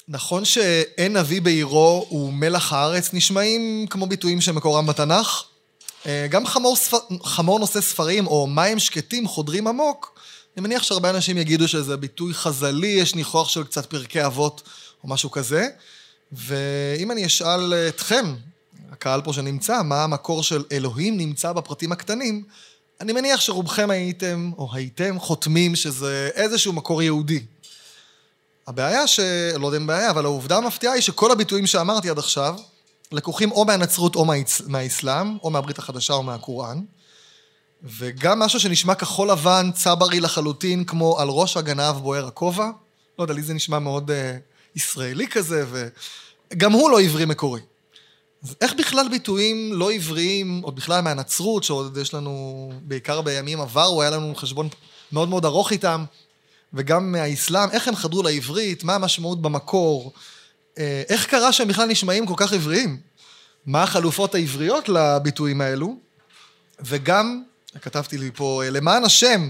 נכון שאין נביא בעירו ומלח הארץ נשמעים כמו ביטויים שמקורם בתנ"ך? גם חמור נושא ספרים או מים שקטים חודרים עמוק, אני מניח שהרבה אנשים יגידו שזה ביטוי חז"לי, יש ניחוח של קצת פרקי אבות או משהו כזה. ואם אני אשאל אתכם, הקהל פה שנמצא, מה המקור של אלוהים נמצא בפרטים הקטנים, אני מניח שרובכם הייתם חותמים שזה איזשהו מקור יהודי. הבעיה לא יודע אם בעיה, אבל העובדה המפתיעה היא שכל הביטויים שאמרתי עד עכשיו, לקוחים או מהנצרות או מהאסלאם, או מהברית החדשה או מהקוראן, וגם משהו שנשמע כחול לבן, צברי לחלוטין, כמו על ראש הגנב בוער הכובע, לא יודע, לי זה נשמע מאוד ישראלי כזה, וגם הוא לא עברי מקורי. אז איך בכלל ביטויים לא עבריים, עוד בכלל מהנצרות, שעוד יש לנו, בעיקר בימים עברו, היה לנו חשבון מאוד מאוד ארוך איתם, וגם מהאסלאם, איך הם חדרו לעברית, מה המשמעות במקור, איך קרה שהם בכלל נשמעים כל כך עבריים? מה החלופות העבריות לביטויים האלו? וגם, כתבתי לי פה, למען השם,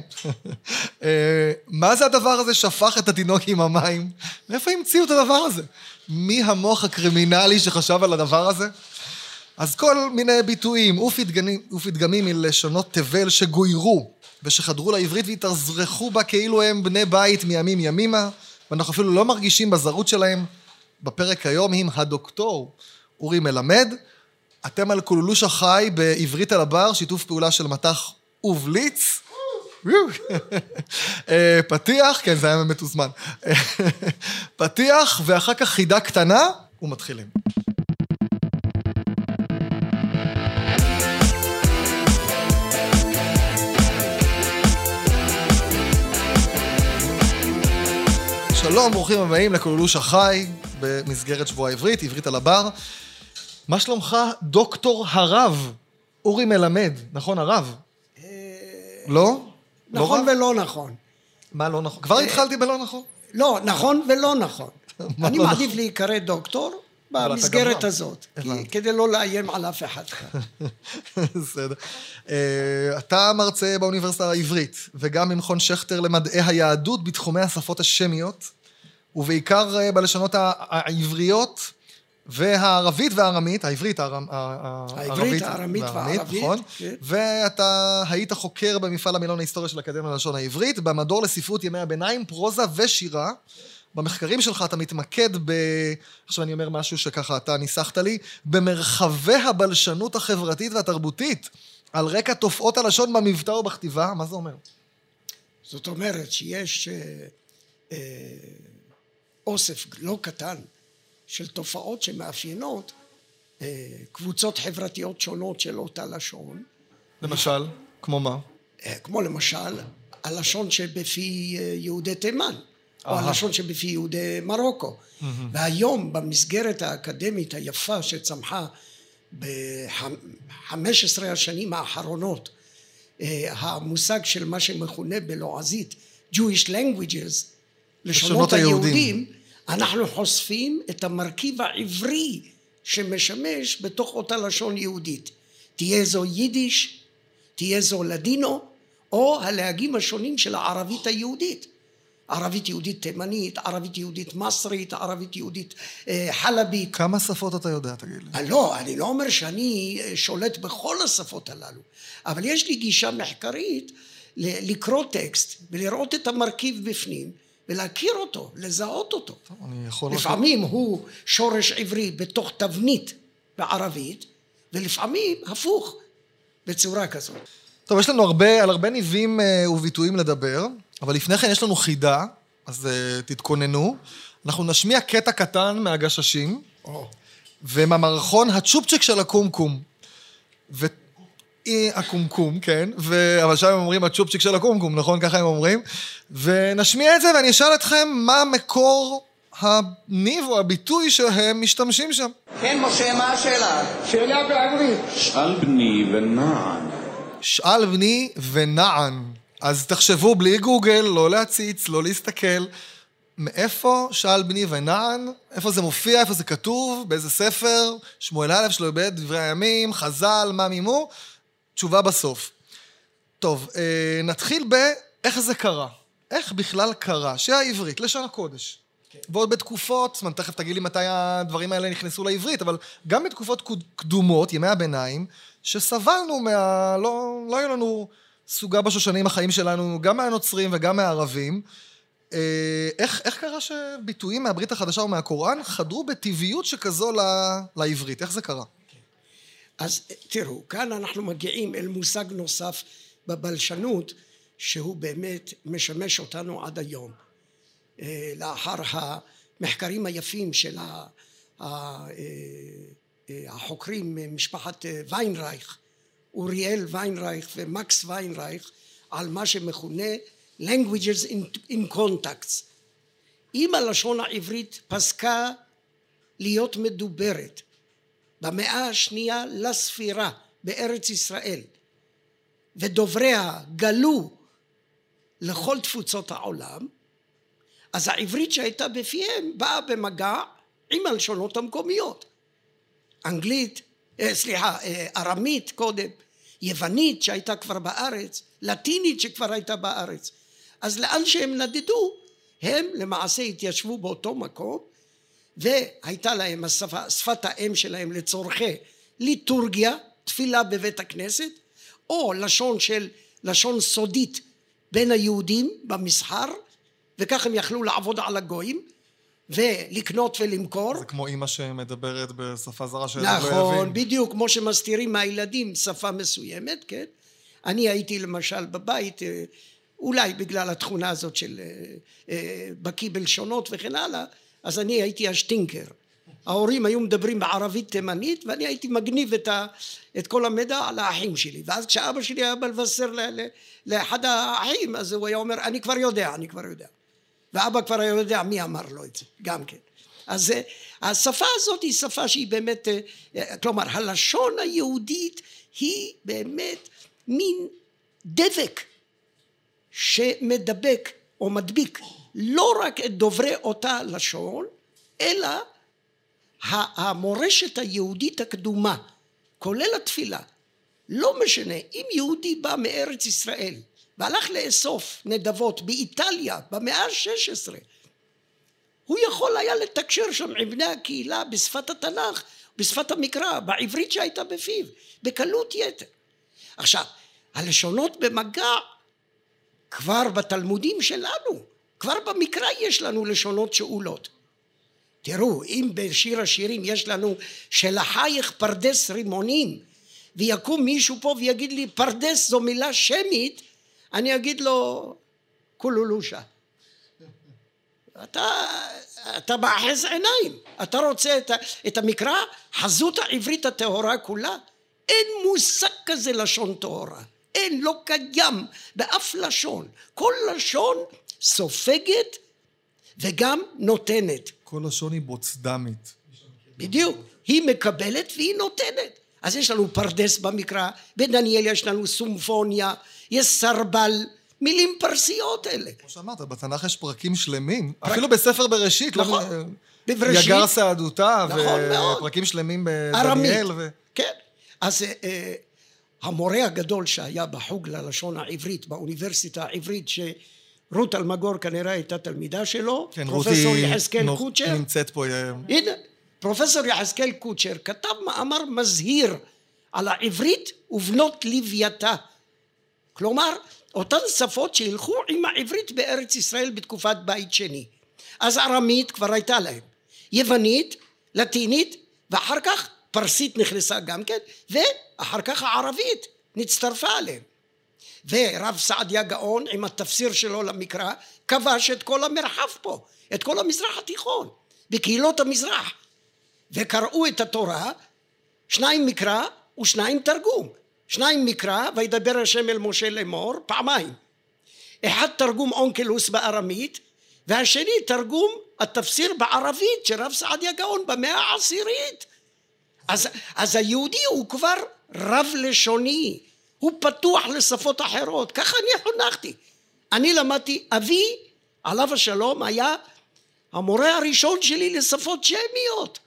מה זה הדבר הזה שפך את התינוק עם המים? מאיפה המציאו את הדבר הזה? מי המוח הקרימינלי שחשב על הדבר הזה? אז כל מיני ביטויים, ופתגמים מלשונות תבל שגוירו, ושחדרו לעברית והתאזרחו בה כאילו הם בני בית מימים ימימה, ואנחנו אפילו לא מרגישים בזרות שלהם. בפרק היום עם הדוקטור אורי מלמד, אתם על קולולוש החי בעברית על הבר, שיתוף פעולה של מתח ובליץ. פתיח, כן, זה היה מתוזמן. פתיח, ואחר כך חידה קטנה, ומתחילים. שלום, ברוכים הבאים לקולולוש החי, במסגרת שבוע העברית, עברית על הבר. מה שלומך, דוקטור הרב, אורי מלמד, נכון הרב? לא? נכון ולא נכון. מה לא נכון? כבר התחלתי בלא נכון? לא, נכון ולא נכון. אני מעדיף להיקרא דוקטור במסגרת הזאת, כדי לא לאיים על אף אחד. בסדר. אתה מרצה באוניברסיטה העברית, וגם במכון שכטר למדעי היהדות בתחומי השפות השמיות, ובעיקר בלשונות העבריות והערבית והארמית, העברית, הארמית והערבית, נכון? ואתה היית חוקר במפעל המילון ההיסטוריה של האקדמיה ללשון העברית, במדור לספרות ימי הביניים, פרוזה ושירה. במחקרים שלך אתה מתמקד עכשיו אני אומר משהו שככה אתה ניסחת לי, במרחבי הבלשנות החברתית והתרבותית, על רקע תופעות הלשון במבטא ובכתיבה. מה זה אומר? זאת אומרת שיש אוסף לא קטן של תופעות שמאפיינות קבוצות חברתיות שונות של אותה לשון. למשל, כמו מה? כמו למשל, הלשון שבפי יהודי תימן, או הלשון שבפי יהודי מרוקו. והיום במסגרת האקדמית היפה שצמחה ב-15 השנים האחרונות, המושג של מה שמכונה בלועזית Jewish languages, לשונות היהודים, אנחנו חושפים את המרכיב העברי שמשמש בתוך אותה לשון יהודית. תהיה זו יידיש, תהיה זו לדינו, או הלהגים השונים של הערבית היהודית. ערבית יהודית תימנית, ערבית יהודית מסרית, ערבית יהודית חלבית. כמה שפות אתה יודע, תגיד לי? לא, אני לא אומר שאני שולט בכל השפות הללו, אבל יש לי גישה מחקרית לקרוא טקסט ולראות את המרכיב בפנים, ולהכיר אותו, לזהות אותו. לפעמים הוא שורש עברי בתוך תבנית בערבית, ולפעמים הפוך, בצורה כזאת. טוב, יש לנו על הרבה ניבים וביטויים לדבר, אבל לפני כן יש לנו חידה, אז תתכוננו. אנחנו נשמיע קטע קטן מהגששים, ומהמערכון הצ'ופצ'יק של הקומקום. הקומקום, כן, אבל שם הם אומרים הצ'ופצ'יק של הקומקום, נכון? ככה הם אומרים. ונשמיע את זה ואני אשאל אתכם מה מקור הניב או הביטוי שהם משתמשים שם. כן, משה, מה השאלה? שאלה בעברית. שאל בני ונען. שאל בני ונען. אז תחשבו בלי גוגל, לא להציץ, לא להסתכל. מאיפה שאל בני ונען? איפה זה מופיע? איפה זה כתוב? באיזה ספר? שמואל א', שלמה ב', דברי הימים, חז"ל, מה מימו? תשובה בסוף. טוב, נתחיל באיך זה קרה. איך בכלל קרה? שהעברית, לשון הקודש. ועוד בתקופות, זאת אומרת, תכף תגיד לי מתי הדברים האלה נכנסו לעברית, אבל גם בתקופות קדומות, ימי הביניים, שסבלנו לא היו לנו סוגה בשושנים החיים שלנו, גם מהנוצרים וגם מהערבים. איך קרה שביטויים מהברית החדשה ומהקוראן חדרו בטבעיות שכזו לעברית? איך זה קרה? אז תראו, כאן אנחנו מגיעים אל מושג נוסף בבלשנות, שהוא באמת משמש אותנו עד היום. לאחר המחקרים היפים של החוקרים ממשפחת ויינרייך, אוריאל ויינרייך ומקס ויינרייך, על מה שמכונה languages in contacts. אם הלשון העברית פסקה להיות מדוברת במאה השנייה לספירה בארץ ישראל, ודובריה גלו לכל תפוצות העולם, אז העברית שהייתה בפיהם באה במגע עם הלשונות המקומיות. אנגלית, ארמית קודם, יוונית שהייתה כבר בארץ, לטינית שכבר הייתה בארץ. אז לאן שהם נדדו, הם למעשה התיישבו באותו מקום, והייתה להם שפת האם שלהם לצורכי ליטורגיה, תפילה בבית הכנסת, או לשון סודית בין היהודים במסחר, וכך הם יכלו לעבוד על הגויים, ולקנות ולמכור. זה כמו אמא שמדברת בשפה זרה של נכון, בדיוק, כמו שמסתירים מהילדים שפה מסוימת, כן? אני הייתי למשל בבית, אולי בגלל התכונה הזאת של בקיא בלשונות וכן הלאה, אז אני הייתי השטינקר. ההורים היו מדברים בערבית תימנית, ואני הייתי מגניב את כל המידע על האחים שלי. ואז כשאבא שלי היה בלבשר לאחד האחים, אז הוא היה אומר, אני כבר יודע. ואבא כבר היה יודע מי אמר לו את זה, גם כן. אז השפה הזאת היא שפה שהיא באמת, כלומר, הלשון היהודית היא באמת מין דבק שמדבק או מדביק לא רק את דוברי אותה לשון, אלא המורשת היהודית הקדומה, כולל התפילה. לא משנה, אם יהודי בא מארץ ישראל והלך לאסוף נדבות באיטליה במאה ה-16, הוא יכול היה לתקשר שם עם בני הקהילה בשפת התנ"ך, בשפת המקרא, בעברית שהייתה בפיו, בקלות יתר. עכשיו, הלשונות במגע כבר בתלמודים שלנו, כבר במקרא יש לנו לשונות שאולות. תראו, אם בשיר השירים יש לנו שלחייך פרדס רימונים, ויקום מישהו פה ויגיד לי פרדס זו מילה שמית, אני אגיד לו קולולושה. אתה מאחז עיניים, אתה רוצה את המקרא, חזות העברית הטהורה כולה, אין מושג כזה לשון טהורה, אין, לא קיים באף לשון. כל לשון סופגת וגם נותנת. כל לשון היא בוצדמית. בדיוק, היא מקבלת והיא נותנת. אז יש לנו פרדס במקרא, בדניאל יש לנו סומפוניה, יש סרבל, מילים פרסיות אלה. כמו שאמרת, בתנ"ך יש פרקים שלמים, אפילו בספר בראשית, נכון, בבראשית, יגר סעדותה, נכון, ופרקים שלמים בדניאל. כן, אז המורה הגדול שהיה בחוג ללשון העברית, באוניברסיטה העברית, שרות אלמגור כנראה הייתה תלמידה שלו, כן, פרופסור יחזקאל קוצ'ר. רותי נמצאת פה. הנה, פרופסור יחזקאל קוצ'ר כתב מאמר מזהיר על העברית ובנות לווייתה. כלומר, אותן שפות שהלכו עם העברית בארץ ישראל בתקופת בית שני. אז ארמית כבר הייתה להם, יוונית, לטינית, ואחר כך פרסית נכנסה גם כן, ואחר כך הערבית נצטרפה עליהם. ורב סעדיה גאון עם התפסיר שלו למקרא, כבש את כל המרחב פה, את כל המזרח התיכון, בקהילות המזרח. וקראו את התורה, 2 מקרא ו2 תרגום. 2 מקרא, וידבר השם אל משה לאמור, פעמיים. 1 תרגום אונקלוס בארמית, והשני תרגום התפסיר בערבית של רב סעדיה גאון במאה העשירית. אז היהודי הוא כבר רב לשוני, הוא פתוח לשפות אחרות, ככה אני חונכתי. אני למדתי, אבי עליו השלום היה המורה הראשון שלי לשפות שמיות.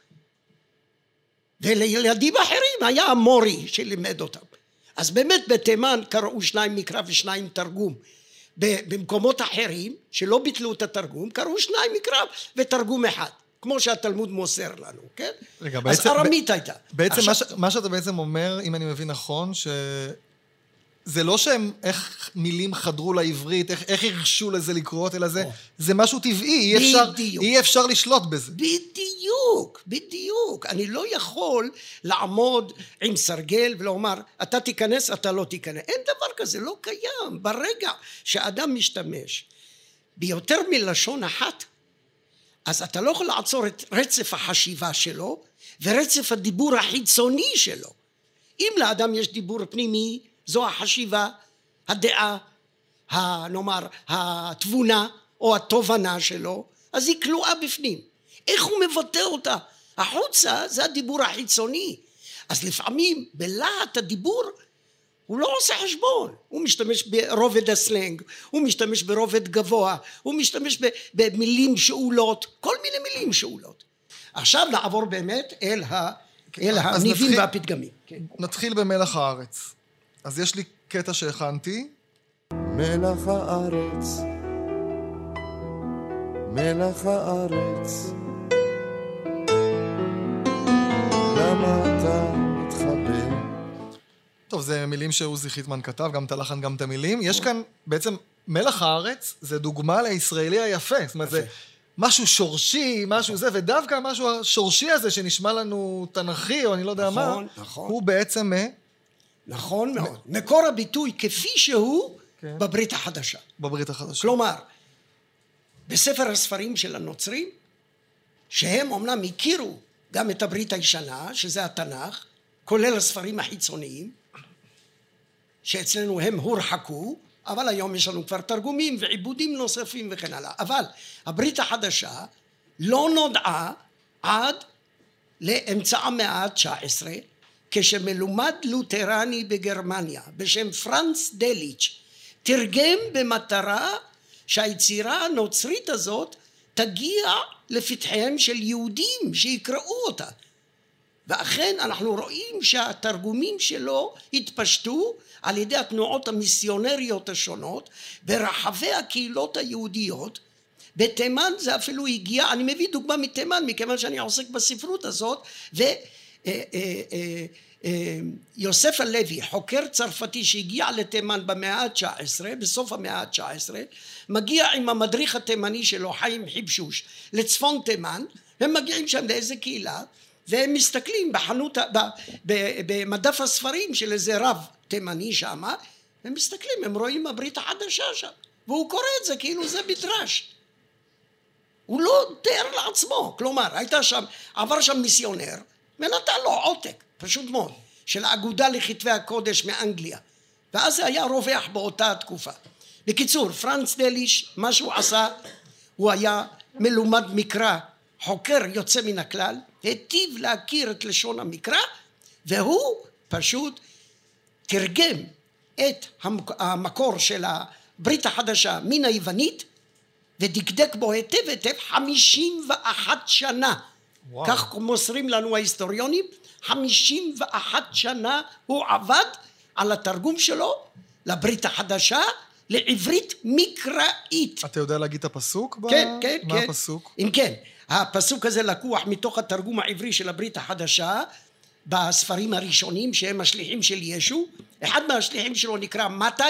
ולילדים אחרים היה המורי שלימד אותם. אז באמת בתימן קראו 2 מקרא ו2 תרגום. במקומות אחרים שלא ביטלו את התרגום, קראו 2 מקרא ותרגום אחד, כמו שהתלמוד מוסר לנו, כן? רגע, אז ארמית הייתה. בעצם מה שאתה בעצם אומר, אם אני מבין נכון, זה לא שהם, איך מילים חדרו לעברית, איך הרשו לזה לקרות, אלא זה משהו טבעי, אי אפשר לשלוט בזה. בדיוק. אני לא יכול לעמוד עם סרגל ולומר, אתה תיכנס, אתה לא תיכנס. אין דבר כזה, לא קיים. ברגע שאדם משתמש ביותר מלשון אחת, אז אתה לא יכול לעצור את רצף החשיבה שלו, ורצף הדיבור החיצוני שלו. אם לאדם יש דיבור פנימי, זו החשיבה, הדעה, נאמר, התבונה או התובנה שלו, אז היא כלואה בפנים. איך הוא מבטא אותה? החוצה זה הדיבור החיצוני. אז לפעמים בלהט הדיבור הוא לא עושה חשבון. הוא משתמש ברובד הסלנג, הוא משתמש ברובד גבוה, הוא משתמש במילים שאולות, כל מיני מילים שאולות. עכשיו נעבור באמת אל הניבים והפתגמים. נתחיל במלח הארץ. אז יש לי קטע שהכנתי. מלח הארץ, מלח הארץ, למה אתה מתחבא? טוב, זה מילים שעוזי חיטמן כתב, גם את הלחן, גם את המילים. יש כאן בעצם מלח הארץ, זה דוגמה לישראלי היפה. זאת אומרת, זה משהו שורשי, משהו זה, ודווקא המשהו השורשי הזה שנשמע לנו תנכי, או אני לא יודע מה, הוא בעצם נכון מאוד. מקור הביטוי כפי שהוא בברית החדשה. בברית החדשה. כלומר, בספר הספרים של הנוצרים, שהם אומנם הכירו גם את הברית הישנה, שזה התנ"ך, כולל הספרים החיצוניים, שאצלנו הם הורחקו, אבל היום יש לנו כבר תרגומים ועיבודים נוספים וכן הלאה. אבל הברית החדשה לא נודעה עד לאמצע המאה ה-19, כשמלומד לותרני בגרמניה בשם פרנץ דליץ' תרגם במטרה שהיצירה הנוצרית הזאת תגיע לפתחיהם של יהודים שיקראו אותה. ואכן אנחנו רואים שהתרגומים שלו התפשטו על ידי התנועות המיסיונריות השונות ברחבי הקהילות היהודיות. בתימן זה אפילו הגיע, אני מביא דוגמה מתימן מכיוון שאני עוסק בספרות הזאת, יוסף הלוי, חוקר צרפתי שהגיע לתימן במאה ה-19, בסוף המאה ה-19, מגיע עם המדריך התימני שלו, חיים חיבשוש, לצפון תימן, הם מגיעים שם לאיזה קהילה, והם מסתכלים בחנות, במדף הספרים של איזה רב תימני שם, הם מסתכלים, הם רואים הברית החדשה שם, והוא קורא את זה כאילו זה מדרש. הוא לא תאר לעצמו, כלומר, עבר שם מיסיונר, ונתן לו עותק, פשוט מאוד, של האגודה לכתבי הקודש מאנגליה, ואז זה היה רווח באותה התקופה. בקיצור, פרנץ דליש, מה שהוא עשה, הוא היה מלומד מקרא, חוקר יוצא מן הכלל, היטיב להכיר את לשון המקרא, והוא פשוט תרגם את המקור של הברית החדשה מן היוונית, ודקדק בו היטב 51 שנה. וואו. כך מוסרים לנו ההיסטוריונים, 51 שנה הוא עבד על התרגום שלו לברית החדשה, לעברית מקראית. אתה יודע להגיד את הפסוק? כן. מה הפסוק? אם כן, הפסוק הזה לקוח מתוך התרגום העברי של הברית החדשה, בספרים הראשונים שהם השליחים של ישו. אחד מהשליחים שלו נקרא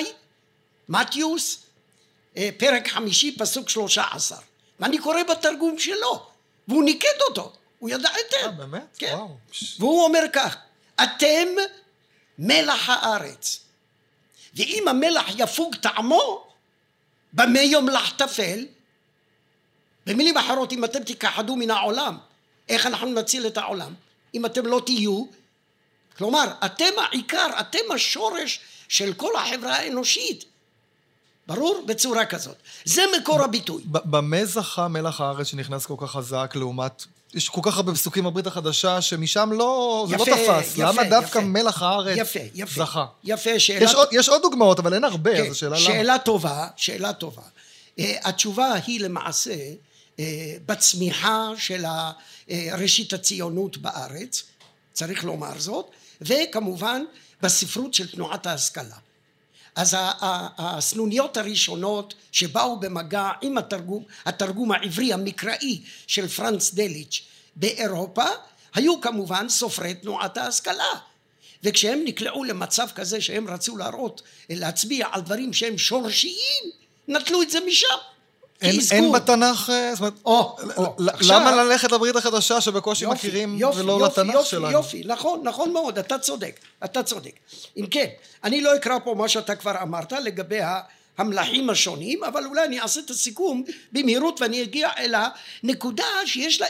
מתיוס, פרק 5 פסוק 13. ואני קורא בתרגום שלו, והוא ניקד אותו, הוא ידע היטב. באמת? כן. וואו. והוא אומר כך, אתם מלח הארץ, ואם המלח יפוג טעמו, במה יומלח תפל? במילים אחרות, אם אתם תכחדו מן העולם, איך אנחנו נציל את העולם? אם אתם לא תהיו, כלומר, אתם העיקר, אתם השורש של כל החברה האנושית. ברור? בצורה כזאת. זה מקור הביטוי. במה זכה מלח הארץ שנכנס כל כך חזק לעומת, יש כל כך הרבה פסוקים בברית החדשה שמשם לא, זה לא תפס. למה דווקא מלח הארץ זכה? יפה, שאלה. יש עוד דוגמאות, אבל אין הרבה, אז השאלה למה? שאלה טובה. התשובה היא למעשה בצמיחה של ראשית הציונות בארץ, צריך לומר זאת, וכמובן בספרות של תנועת ההשכלה. אז הסנוניות הראשונות שבאו במגע עם התרגום העברי המקראי של פרנץ דליץ' באירופה, היו כמובן סופרי תנועת ההשכלה. וכשהם נקלעו למצב כזה שהם רצו להצביע על דברים שהם שורשיים, נטלו את זה משם. אין בתנ"ך, זאת אומרת, למה ללכת לברית החדשה שבקושי מכירים ולא לתנ"ך שלנו? יופי, נכון מאוד, אתה צודק. אם כן, אני לא אקרא פה מה שאתה כבר אמרת לגבי המלכים השונים, אבל אולי אני אעשה את הסיכום במהירות ואני אגיע אל הנקודה שיש לה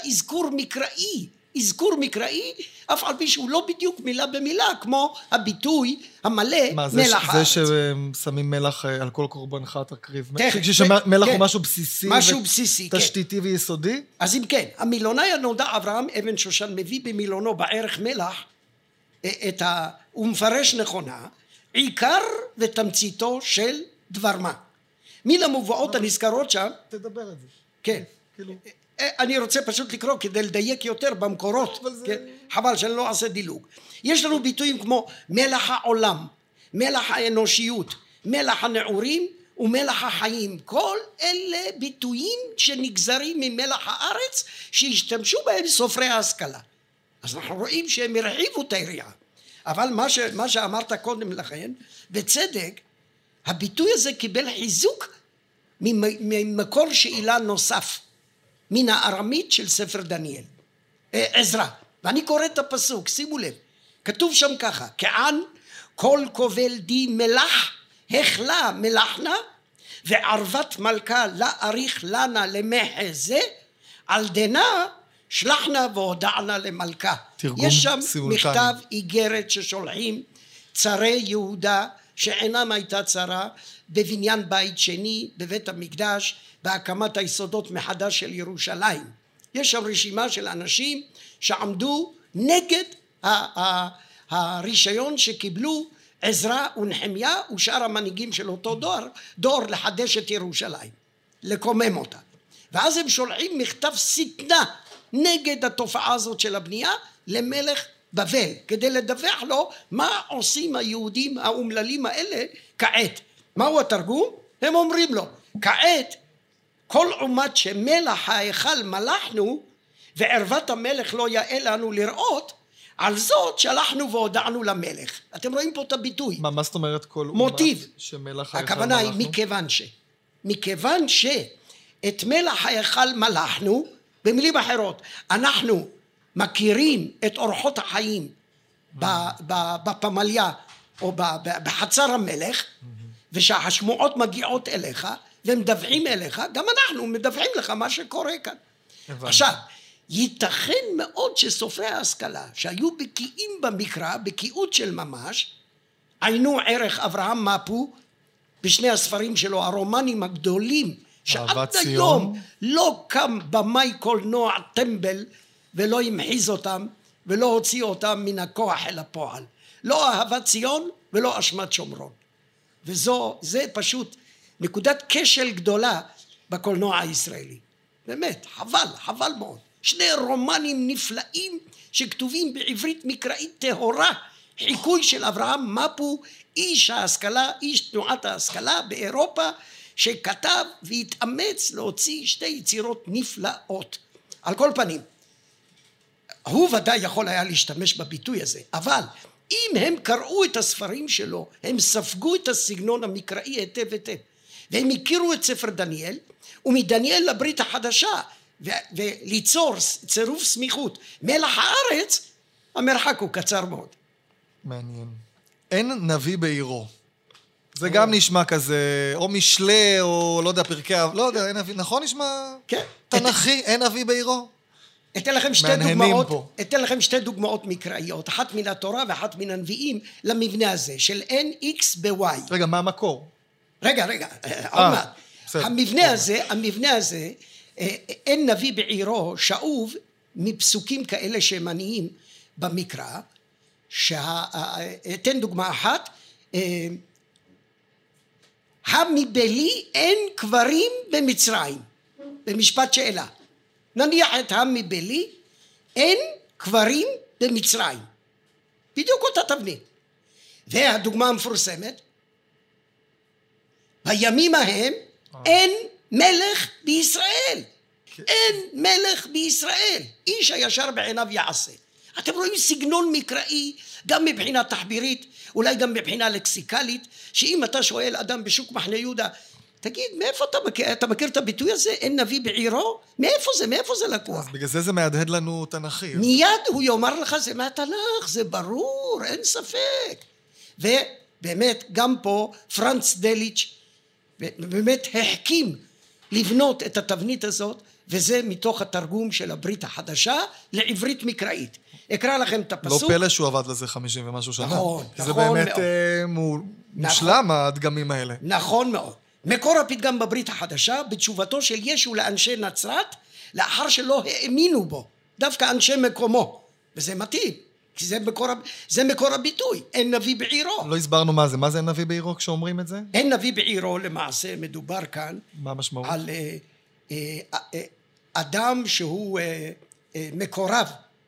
אזכור מקראי, אף על פי שהוא לא בדיוק מילה במילה, כמו הביטוי המלא מלח הארץ. זה ששמים מלח על כל קורבנך תקריב. כשמלח הוא משהו בסיסי, תשתיתי ויסודי. אז אם כן, המילונאי הנודע אברהם אבן שושן מביא במילונו בערך מלח, הוא מפרש נכונה, עיקר ותמציתו של דבר מה. מן המובאות הנזכרות שם, תדבר את זה. כן. אני רוצה פשוט לקרוא כדי לדייק יותר במקורות, חבל שאני לא אעשה דילוג. יש לנו ביטויים כמו מלח העולם, מלח האנושיות, מלח הנעורים ומלח החיים. כל אלה ביטויים שנגזרים ממלח הארץ שהשתמשו בהם סופרי ההשכלה. אז אנחנו רואים שהם הרחיבו את היריעה. אבל מה שאמרת קודם לכן, בצדק, הביטוי הזה קיבל חיזוק ממקור שאלה נוסף. מן הארמית של ספר דניאל, עזרא, ואני קורא את הפסוק, שימו לב, כתוב שם ככה, כען כל כובל די מלח, החלה מלחנה, וערבת מלכה לה אריך לנה למחזה, על דנה שלחנה והודענה למלכה. יש שם מכתב איגרת ששולחים צרי יהודה, שעינם הייתה צרה, בבניין בית שני, בבית המקדש, בהקמת היסודות מחדש של ירושלים. יש שם רשימה של אנשים שעמדו נגד הרישיון שקיבלו עזרא ונחמיה ושאר המנהיגים של אותו דור לחדש את ירושלים, לקומם אותה. ואז הם שולחים מכתב שטנה נגד התופעה הזאת של הבנייה למלך בבל, כדי לדווח לו מה עושים היהודים האומללים האלה כעת. מהו התרגום? הם אומרים לו, כעת כל עומת שמלח ההיכל מלחנו וערוות המלך לא יאה לנו לראות, על זאת שלחנו והודענו למלך. אתם רואים פה את הביטוי. מה זאת אומרת כל עומת מוטיב. שמלח ההיכל הכוונה היא מלחנו? מכיוון שאת מלח ההיכל מלחנו, במילים אחרות, אנחנו מכירים את אורחות החיים בפמליה או בחצר המלך, ושהשמועות מגיעות אליך ומדווחים אליך, גם אנחנו מדווחים לך מה שקורה כאן. עכשיו, ייתכן מאוד שסופרי ההשכלה שהיו בקיאים במקרא, בקיאות של ממש, עיינו ערך אברהם מפו בשני הספרים שלו, הרומנים הגדולים, שעד היום לא קם במאי קולנוע טמבל ולא המחיז אותם ולא הוציא אותם מן הכוח אל הפועל. לא אהבת ציון ולא אשמת שומרון. וזה פשוט נקודת כשל גדולה בקולנוע הישראלי. באמת, חבל מאוד. שני רומנים נפלאים שכתובים בעברית מקראית טהורה, חיקוי של אברהם מפו, איש ההשכלה, איש תנועת ההשכלה באירופה, שכתב והתאמץ להוציא שתי יצירות נפלאות. על כל פנים, הוא ודאי יכול היה להשתמש בביטוי הזה, אבל אם הם קראו את הספרים שלו, הם ספגו את הסגנון המקראי היטב, והם הכירו את ספר דניאל, ומדניאל לברית החדשה, וליצור צירוף סמיכות מלח הארץ, המרחק הוא קצר מאוד. מעניין. אין נביא בעירו. זה גם נשמע כזה, או משלה, או לא יודע, פרקי, לא יודע, אין נביא, נכון נשמע? כן. תנכי, אין נביא בעירו? אתן לכם שתי דוגמאות מקראיות, אחת מן התורה ואחת מן הנביאים, למבנה הזה, של NX ב-Y. רגע, מה המקור? רגע, עוד מעט. המבנה הזה, אין נביא בעירו, שאוב מפסוקים כאלה שמניים במקרא, אתן דוגמה אחת, המבלי אין קברים במצרים, במשפט שאלה. נניח את המבלי, אין קברים במצרים. בדיוק אותה תבנית. והדוגמה המפורסמת, בימים ההם אין מלך בישראל. אין מלך בישראל. איש הישר בעיניו יעשה. אתם רואים סגנון מקראי, גם מבחינה תחבירית, אולי גם מבחינה לקסיקלית, שאם אתה שואל אדם בשוק מחנה יהודה, תגיד, מאיפה אתה מכיר את הביטוי הזה? אין נביא בעירו? מאיפה זה לקוח? אז בגלל זה מהדהד לנו תנכי. מיד הוא יאמר לך, זה מהתנ"ך, זה ברור, אין ספק. ובאמת, גם פה, פרנץ דליץ' באמת החכים לבנות את התבנית הזאת, וזה מתוך התרגום של הברית החדשה לעברית מקראית. אקרא לכם את הפסוק. לא פלא שהוא עבד לזה 50 ומשהו שנה. נכון, זה באמת מושלם, הדגמים האלה. נכון מאוד. מקור הפתגם בברית החדשה, בתשובתו של ישו לאנשי נצרת, לאחר שלא האמינו בו, דווקא אנשי מקומו. וזה מתאים, כי זה מקור הביטוי, אין נביא בעירו. לא הסברנו מה זה. מה זה אין נביא בעירו כשאומרים את זה? אין נביא בעירו, למעשה מדובר כאן. מה המשמעות? על אדם שהוא מקורב,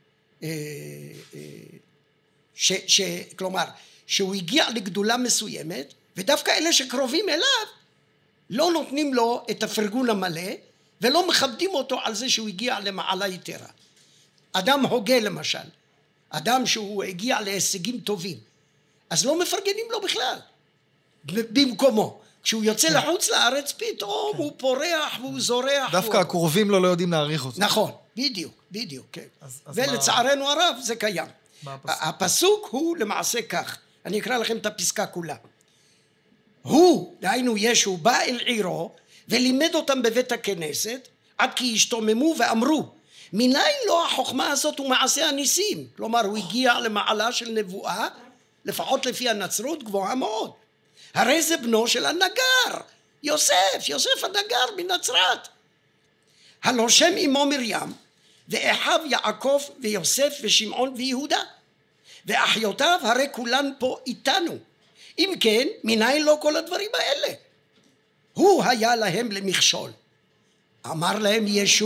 כלומר, שהוא הגיע לגדולה מסוימת, ודווקא אלה שקרובים אליו, לא נותנים לו את הפרגון המלא, ולא מכבדים אותו על זה שהוא הגיע למעלה יתרה. אדם הוגה למשל, אדם שהוא הגיע להישגים טובים, אז לא מפרגנים לו בכלל, במקומו. כשהוא יוצא לחוץ לארץ, פתאום הוא פורח והוא זורח. דווקא הקרובים לו לא יודעים להעריך אותו. נכון, בדיוק, כן. ולצערנו הרב זה קיים. הפסוק הוא למעשה כך, אני אקרא לכם את הפסקה כולה. הוא, דהיינו ישו, בא אל עירו ולימד אותם בבית הכנסת, עד כי השתוממו ואמרו, מניין לא החוכמה הזאת ומעשה הניסים? כלומר, הוא הגיע למעלה של נבואה, לפחות לפי הנצרות, גבוהה מאוד. הרי זה בנו של הנגר, יוסף הנגר מנצרת. הלא שם אמו מרים, ואחיו יעקב ויוסף ושמעון ויהודה, ואחיותיו הרי כולן פה איתנו. אם כן, מניין לא כל הדברים האלה? הוא היה להם למכשול. אמר להם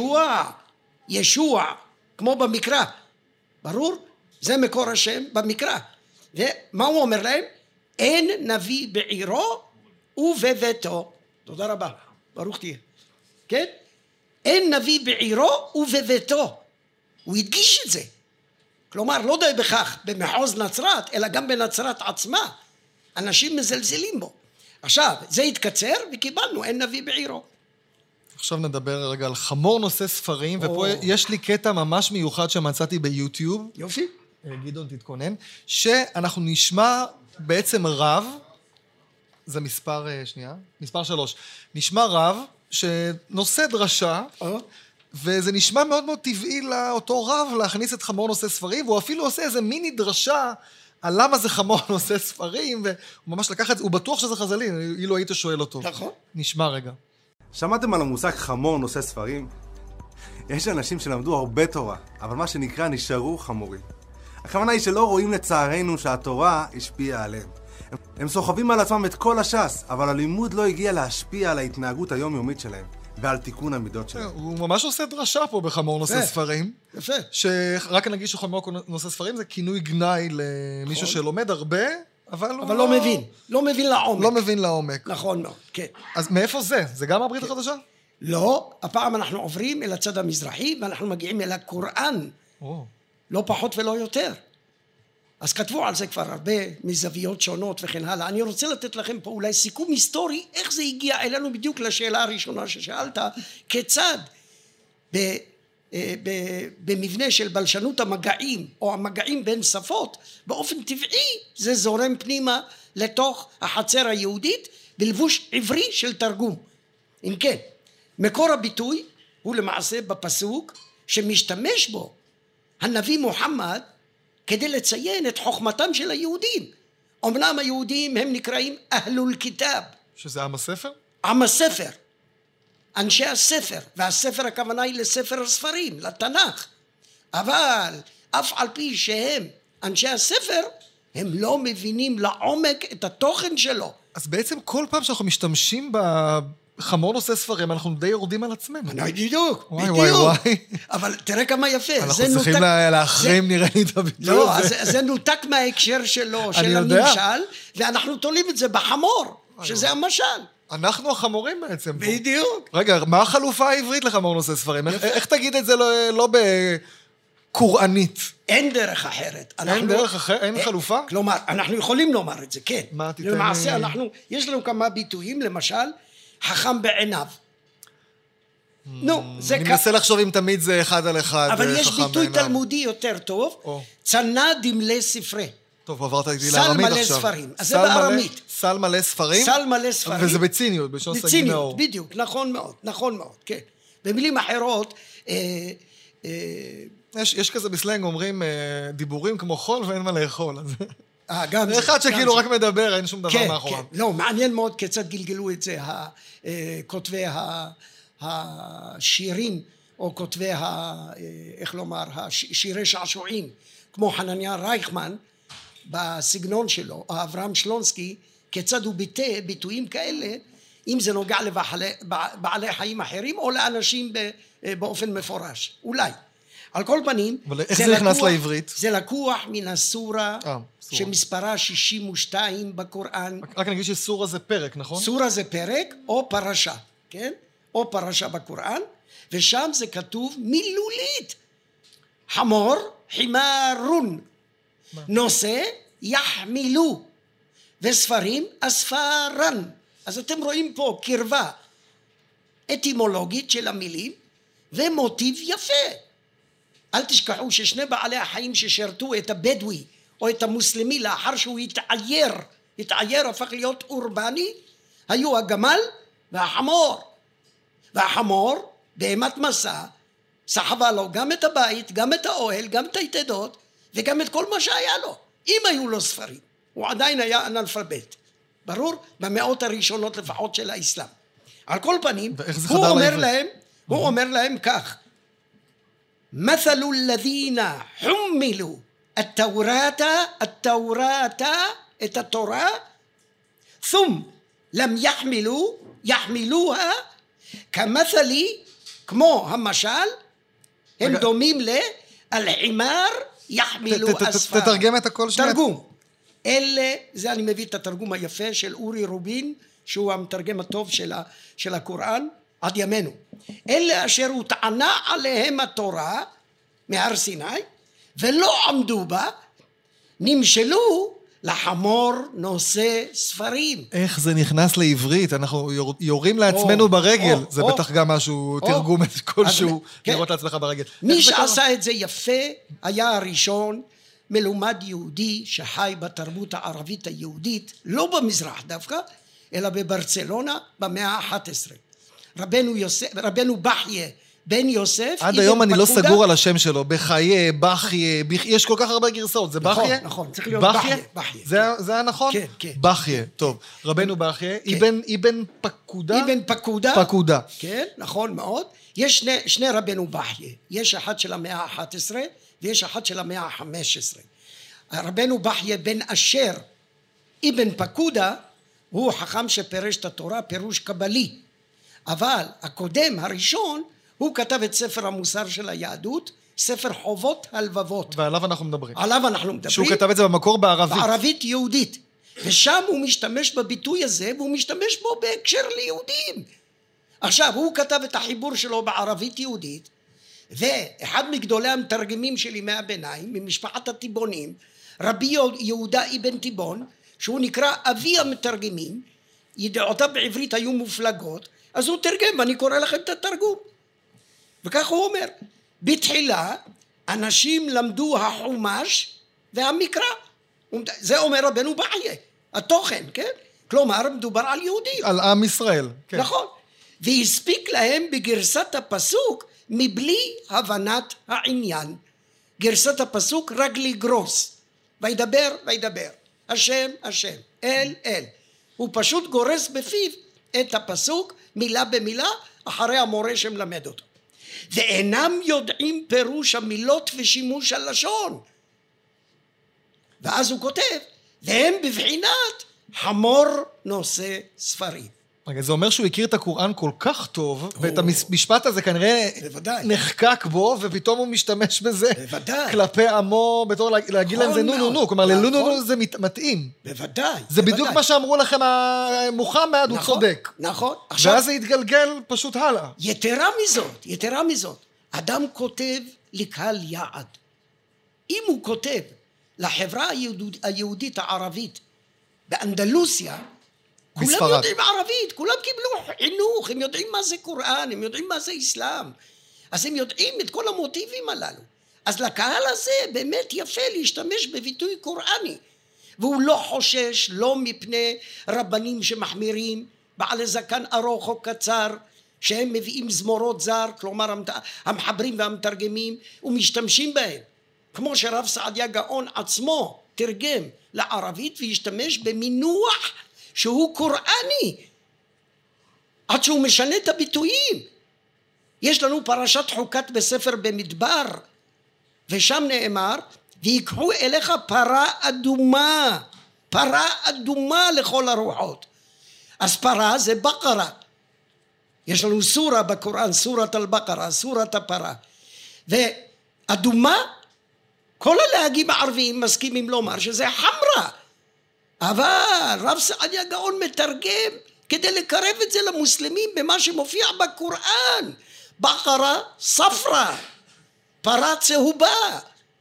ישוע, כמו במקרא. ברור? זה מקור השם במקרא. ומה הוא אומר להם? אין נביא בעירו ובביתו. תודה רבה, ברוך תהיה. כן? אין נביא בעירו ובביתו. הוא הדגיש את זה. כלומר, לא די בכך במחוז נצרת, אלא גם בנצרת עצמה. אנשים מזלזלים בו. עכשיו, זה התקצר וקיבלנו, אין נביא בעירו. עכשיו נדבר רגע על חמור נושא ספרים, ופה יש לי קטע ממש מיוחד שמצאתי ביוטיוב. יופי. גדעון תתכונן, שאנחנו נשמע בעצם רב, זה מספר 3, נשמע רב שנושא דרשה, וזה נשמע מאוד מאוד טבעי לאותו רב להכניס את חמור נושא ספרים, והוא אפילו עושה איזה מיני דרשה על למה זה חמור נושא ספרים, והוא ממש לקח את זה, הוא בטוח שזה חז"לי, אילו היית שואל אותו. נכון. נשמע רגע. שמעתם על המושג חמור נושא ספרים? יש אנשים שלמדו הרבה תורה, אבל מה שנקרא נשארו חמורים. הכוונה היא שלא רואים לצערנו שהתורה השפיעה עליהם. הם סוחבים על עצמם את כל הש"ס, אבל הלימוד לא הגיע להשפיע על ההתנהגות היומיומית שלהם, ועל תיקון המידות שלהם. הוא ממש עושה דרשה פה בחמור נושא ספרים. יפה. שרק נגיד שחמור נושא ספרים זה כינוי גנאי למישהו שלומד הרבה, אבל לא מבין לעומק. לא מבין לעומק. נכון מאוד, כן. אז מאיפה זה? זה גם הברית החדשה? לא, הפעם אנחנו עוברים אל הצד המזרחי, ואנחנו מגיעים אל הקוראן. לא פחות ולא יותר. אז כתבו על זה כבר הרבה מזוויות שונות וכן הלאה. אני רוצה לתת לכם פה אולי סיכום היסטורי, איך זה הגיע אלינו בדיוק לשאלה הראשונה ששאלת, כיצד במבנה של בלשנות המגעים, או המגעים בין שפות, באופן טבעי זה זורם פנימה לתוך החצר היהודית, בלבוש עברי של תרגום. אם כן, מקור הביטוי הוא למעשה בפסוק שמשתמש בו הנביא מוחמד כדי לציין את חוכמתם של היהודים. אמנם היהודים הם נקראים אהלול כיתב. שזה עם הספר? עם הספר. אנשי הספר, והספר הכוונה היא לספר הספרים, לתנ"ך. אבל אף על פי שהם אנשי הספר, הם לא מבינים לעומק את התוכן שלו. אז בעצם כל פעם שאנחנו משתמשים בחמור נושא ספרים, אנחנו די יורדים על עצמנו. בדיוק. וואי. אבל תראה כמה יפה. אנחנו צריכים להחרים נראה לי את הביטוי. לא, זה נותק מההקשר שלו, של הנמשל, ואנחנו תולים את זה בחמור, שזה המשל. אנחנו החמורים בעצם. בדיוק. רגע, מה החלופה העברית לחמור נושא ספרים? איך תגיד את זה לא בקוראנית? אין דרך אחרת. אין דרך אחרת? אין חלופה? כלומר, אנחנו יכולים לומר את זה, כן. מה תיתן למעשה, לי? יש לנו כמה ביטויים, למשל, חכם בעיניו. נו, זה אני מנסה לחשוב אם תמיד זה אחד על אחד. אבל יש חכם ביטוי בעיניו. תלמודי יותר טוב, או. צנע דמלי ספרי. טוב, עברת איתי סל לארמית מלא עכשיו. ספרים. אז זה סל מלא- בארמית. סל מלא ספרים? סל מלא ספרים. וזה בציניות, בלשון סגי בציניות, נאור. בדיוק, נכון מאוד, כן. במילים אחרות, יש כזה בסלנג, אומרים דיבורים כמו חול ואין מה לאכול. גם זה אחד גם שכאילו זה. רק מדבר, אין שום דבר כן, מאחוריו. כן. לא, מעניין מאוד כיצד גלגלו את זה כותבי השירים, או כותבי, איך לומר, שירי שעשועים, כמו חנניה רייכמן, בסגנון שלו, או אברהם שלונסקי, כיצד הוא ביטא ביטויים כאלה, אם זה נוגע לבעלי חיים אחרים, או לאנשים באופן מפורש, אולי. על כל פנים, אבל איך זה נכנס לעברית? זה לקוח מן הסורה, סורה. שמספרה 62 בקוראן. רק נגיד שסורה זה פרק, נכון? סורה זה פרק או פרשה, כן? או פרשה בקוראן, ושם זה כתוב מילולית. חמור, חימרון. נושא, יחמילו. וספרים, אספרן. אז אתם רואים פה קרבה אטימולוגית של המילים, ומוטיב יפה. אל תשכחו ששני בעלי החיים ששרתו את הבדואי או את המוסלמי לאחר שהוא התעייר הפך להיות אורבני, היו הגמל והחמור. והחמור בהמת מסע סחבה לו גם את הבית, גם את האוהל, גם את היתדות וגם את כל מה שהיה לו. אם היו לו ספרים, הוא עדיין היה אנאלפבית. ברור? במאות הראשונות לפחות של האסלאם. על כל פנים, הוא אומר להם כך: مثل الذين حملوا التوراة את התורה ثم لم يحملوها כמתלי, כמו המשל, הם דומים לאלחימר יחמילו אספר. תתרגם את הכל שנייה. תרגום. זה אני מביא את התרגום היפה של אורי רובין, שהוא המתרגם הטוב של הקוראן, עד ימינו. אלה אשר הוטענה עליהם התורה מהר סיני, ולא עמדו בה, נמשלו לחמור נושא ספרים. איך זה נכנס לעברית? אנחנו יורים לעצמנו ברגל. זה בטח גם משהו, תרגום כלשהו, לראות לעצמך ברגל. מי שעשה את זה יפה היה הראשון, מלומד יהודי שחי בתרבות הערבית היהודית, לא במזרח דווקא, אלא בברצלונה במאה ה-11. רבנו בחיה בן יוסף. עד היום אני לא סגור על השם שלו, בחיה, בחיה, יש כל כך הרבה גרסאות, זה בחיה? נכון, צריך להיות בחיה. זה היה נכון? כן, כן. בחיה, טוב. רבנו בחיה, אבן פקודה? אבן פקודה. פקודה. כן, נכון מאוד. יש שני רבנו בחיה, יש אחד של המאה ה-11 ויש אחד של המאה ה-15. רבנו בחיה בן אשר אבן פקודה הוא חכם שפרש את התורה פירוש קבלי, אבל הקודם, הראשון, הוא כתב את ספר המוסר של היהדות, ספר חובות הלבבות. ועליו אנחנו מדברים. עליו אנחנו מדברים. שהוא כתב את זה במקור בערבית. בערבית יהודית. ושם הוא משתמש בביטוי הזה, והוא משתמש בו בהקשר ליהודים. עכשיו, הוא כתב את החיבור שלו בערבית יהודית, ואחד מגדולי המתרגמים של ימי הביניים, ממשפחת הטיבונים, רבי יהודה אבן טיבון, שהוא נקרא אבי המתרגמים, ידיעותיו בעברית היו מופלגות, אז הוא תרגם, ואני קורא לכם את התרגום. וכך הוא אומר, בתחילה אנשים למדו החומש והמקרא. זה אומר רבנו בחיה, התוכן, כן? כלומר, מדובר על יהודים. על עם ישראל. כן. נכון. והספיק להם בגרסת הפסוק מבלי הבנת העניין. גרסת הפסוק רק לגרוס. וידבר, השם, אל. הוא פשוט גורס בפיו את הפסוק מילה במילה אחרי המורה שמלמד אותו. ואינם יודעים פירוש המילות ושימוש הלשון. ואז הוא כותב, והם בבחינת חמור נושא ספרים. רגע, זה אומר שהוא הכיר את הקוראן כל כך טוב, ואת המשפט הזה כנראה בוודאי. נחקק בו, ופתאום הוא משתמש בזה בוודאי. כלפי עמו, בתור להגיד להם זה נו נו נו, כלומר ללו נו נו זה מתאים. בוודאי. זה בדיוק מה שאמרו לכם, מוחמד הוא צודק. נכון. ואז זה התגלגל פשוט הלאה. יתרה מזאת, אדם כותב לקהל יעד. אם הוא כותב לחברה היהודית הערבית באנדלוסיה, כולם יודעים ערבית, כולם קיבלו חינוך, הם יודעים מה זה קוראן, הם יודעים מה זה אסלאם, אז הם יודעים את כל המוטיבים הללו. אז לקהל הזה באמת יפה להשתמש בביטוי קוראני, והוא לא חושש, לא מפני רבנים שמחמירים, בעלי זקן ארוך או קצר, שהם מביאים זמורות זר, כלומר המחברים והמתרגמים, ומשתמשים בהם. כמו שרב סעדיה גאון עצמו תרגם לערבית והשתמש במינוח שהוא קוראני, עד שהוא משנה את הביטויים. יש לנו פרשת חוקת בספר במדבר, ושם נאמר, ויקחו אליך פרה אדומה לכל הרוחות. אז פרה זה בקרה. יש לנו סורה בקוראן, סורת אל-בקרה, סורת הפרה. ואדומה, כל הלהגים הערביים מסכימים לומר שזה חמרה. אבל רב סעדיה גאון מתרגם כדי לקרב את זה למוסלמים במה שמופיע בקוראן. בקרה ספרה, פרה צהובה.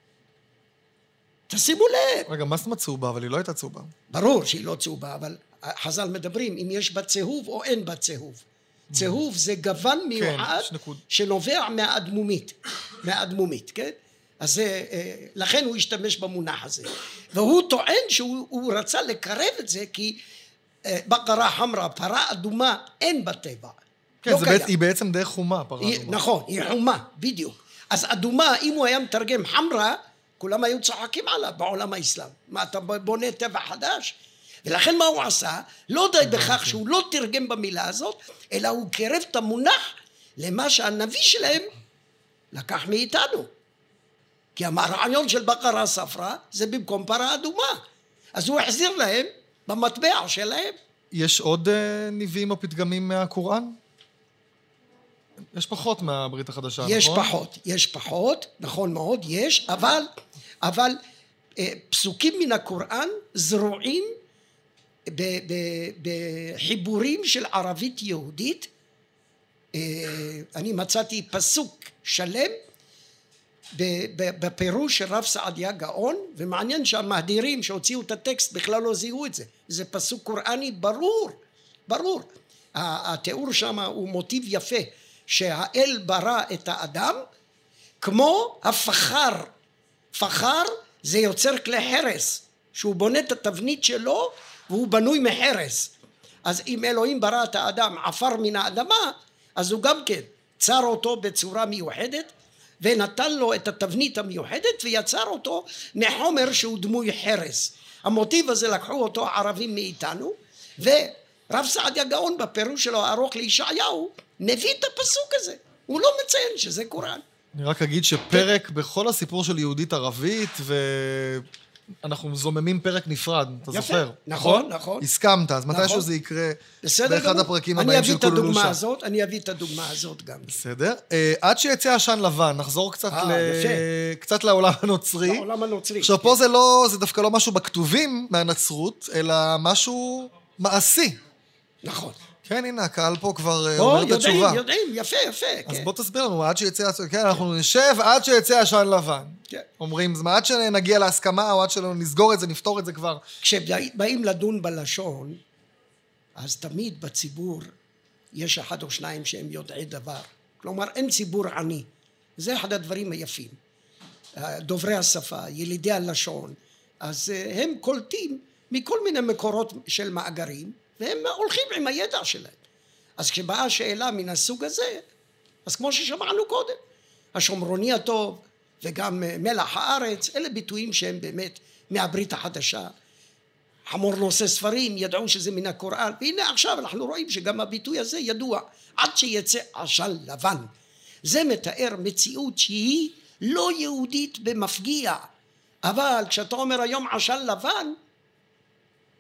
תשימו לב. רגע, מה זאת אומרת צהובה? אבל היא לא הייתה צהובה. ברור שהיא לא צהובה, אבל חז"ל מדברים אם יש בה צהוב או אין בה צהוב. צהוב זה גוון מיוחד שנובע מהאדמומית, כן? אז לכן הוא השתמש במונח הזה. והוא טוען שהוא רצה לקרב את זה כי בקרה חמרה, פרה אדומה, אין בטבע. כן, היא בעצם די חומה, פרה אדומה. נכון, היא חומה, בדיוק. אז אדומה, אם הוא היה מתרגם חמרה, כולם היו צוחקים עליו בעולם האסלאם. מה, אתה בונה טבע חדש? ולכן מה הוא עשה? לא די בכך שהוא לא תרגם במילה הזאת, אלא הוא קרב את המונח למה שהנביא שלהם לקח מאיתנו. כי הרעיון של בקרה ספרה זה במקום פרה אדומה. אז הוא החזיר להם במטבע שלהם. יש עוד נביאים או פתגמים מהקוראן? יש פחות מהברית החדשה, נכון? יש פחות, נכון מאוד, יש, אבל פסוקים מן הקוראן זרועים בחיבורים של ערבית יהודית. אני מצאתי פסוק שלם בפירוש של רב סעדיה גאון, ומעניין שהמהדירים שהוציאו את הטקסט בכלל לא זיהו את זה. זה פסוק קוראני ברור. התיאור שם הוא מוטיב יפה, שהאל ברא את האדם כמו הפחר. פחר זה יוצר כלי חרס, שהוא בונה את התבנית שלו והוא בנוי מחרס. אז אם אלוהים ברא את האדם עפר מן האדמה, אז הוא גם כן צר אותו בצורה מיוחדת, ונתן לו את התבנית המיוחדת ויצר אותו מחומר שהוא דמוי חרס. המוטיב הזה לקחו אותו ערבים מאיתנו, ורב סעדיה גאון בפירוש שלו הארוך לישעיהו מביא את הפסוק הזה. הוא לא מציין שזה קוראן. אני רק אגיד שפרק בכל הסיפור של יהודית ערבית, ואנחנו זוממים פרק נפרד, אתה זוכר? נכון. הסכמת, אז מתישהו זה יקרה באחד הפרקים הבאים של כוללו שם. אני אביא את הדוגמה הזאת גם. בסדר. עד שיצא עשן לבן, נחזור קצת לעולם הנוצרי. לעולם הנוצרי. עכשיו פה זה דווקא לא משהו בכתובים מהנצרות, אלא משהו מעשי. נכון. כן, הנה, הקהל פה כבר אומר את התשובה. יודעים, יפה. אז בוא תסביר לנו, עד שיצא, כן, אנחנו נשב עד שיצא עשן לבן. כן. אומרים, אז עד שנגיע להסכמה, או עד שנסגור את זה, נפתור את זה כבר. כשבאים לדון בלשון, אז תמיד בציבור יש אחד או שניים שהם יודעי דבר. כלומר, אין ציבור עני. זה אחד הדברים היפים. דוברי השפה, ילידי הלשון, אז הם קולטים מכל מיני מקורות של מאגרים, והם הולכים עם הידע שלהם. אז כשבאה שאלה מן הסוג הזה, אז כמו ששמענו קודם, השומרוני הטוב וגם מלח הארץ, אלה ביטויים שהם באמת מהברית החדשה. חמור נושא ספרים, ידעו שזה מן הקוראן, והנה עכשיו אנחנו רואים שגם הביטוי הזה ידוע, עד שיצא עשן לבן. זה מתאר מציאות שהיא לא יהודית במפגיע, אבל כשאתה אומר היום עשן לבן,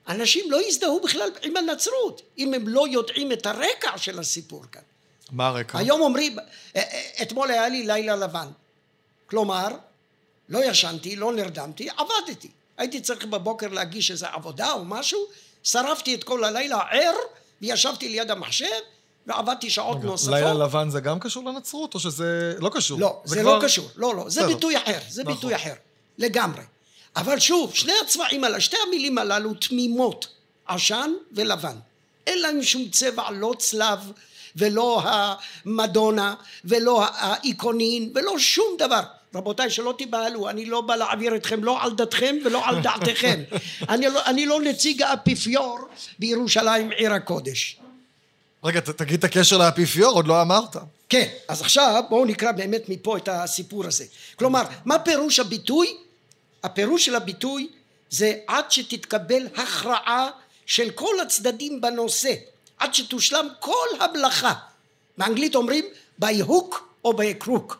אנשים לא יזדהו בכלל עם הנצרות, אם הם לא יודעים את הרקע של הסיפור כאן. מה הרקע? היום אומרים, אתמול היה לי לילה לבן. כלומר, לא ישנתי, לא נרדמתי, עבדתי. הייתי צריך בבוקר להגיש איזו עבודה או משהו, שרפתי את כל הלילה ער, וישבתי ליד המחשב, ועבדתי שעות נוספות. לילה לבן זה גם קשור לנצרות, או שזה לא קשור? לא, זה לא קשור, לא, זה ביטוי אחר, זה ביטוי אחר, לגמרי. אבל שוב, שני הצבעים האלה, שתי המילים הללו תמימות, עשן ולבן. אין להם שום צבע, לא צלב, ולא המדונה, ולא האיקונין, ולא שום דבר. רבותיי, שלא תיבהלו, אני לא בא להעביר אתכם לא על דתכם ולא על דעתכם. אני לא נציג האפיפיור בירושלים עיר הקודש. רגע, תגיד את הקשר לאפיפיור, עוד לא אמרת. כן, אז עכשיו בואו נקרא באמת מפה את הסיפור הזה. כלומר, מה פירוש הביטוי? הפירוש של הביטוי זה עד שתתקבל הכרעה של כל הצדדים בנושא, עד שתושלם כל המלאכה. באנגלית אומרים by hook או by crook.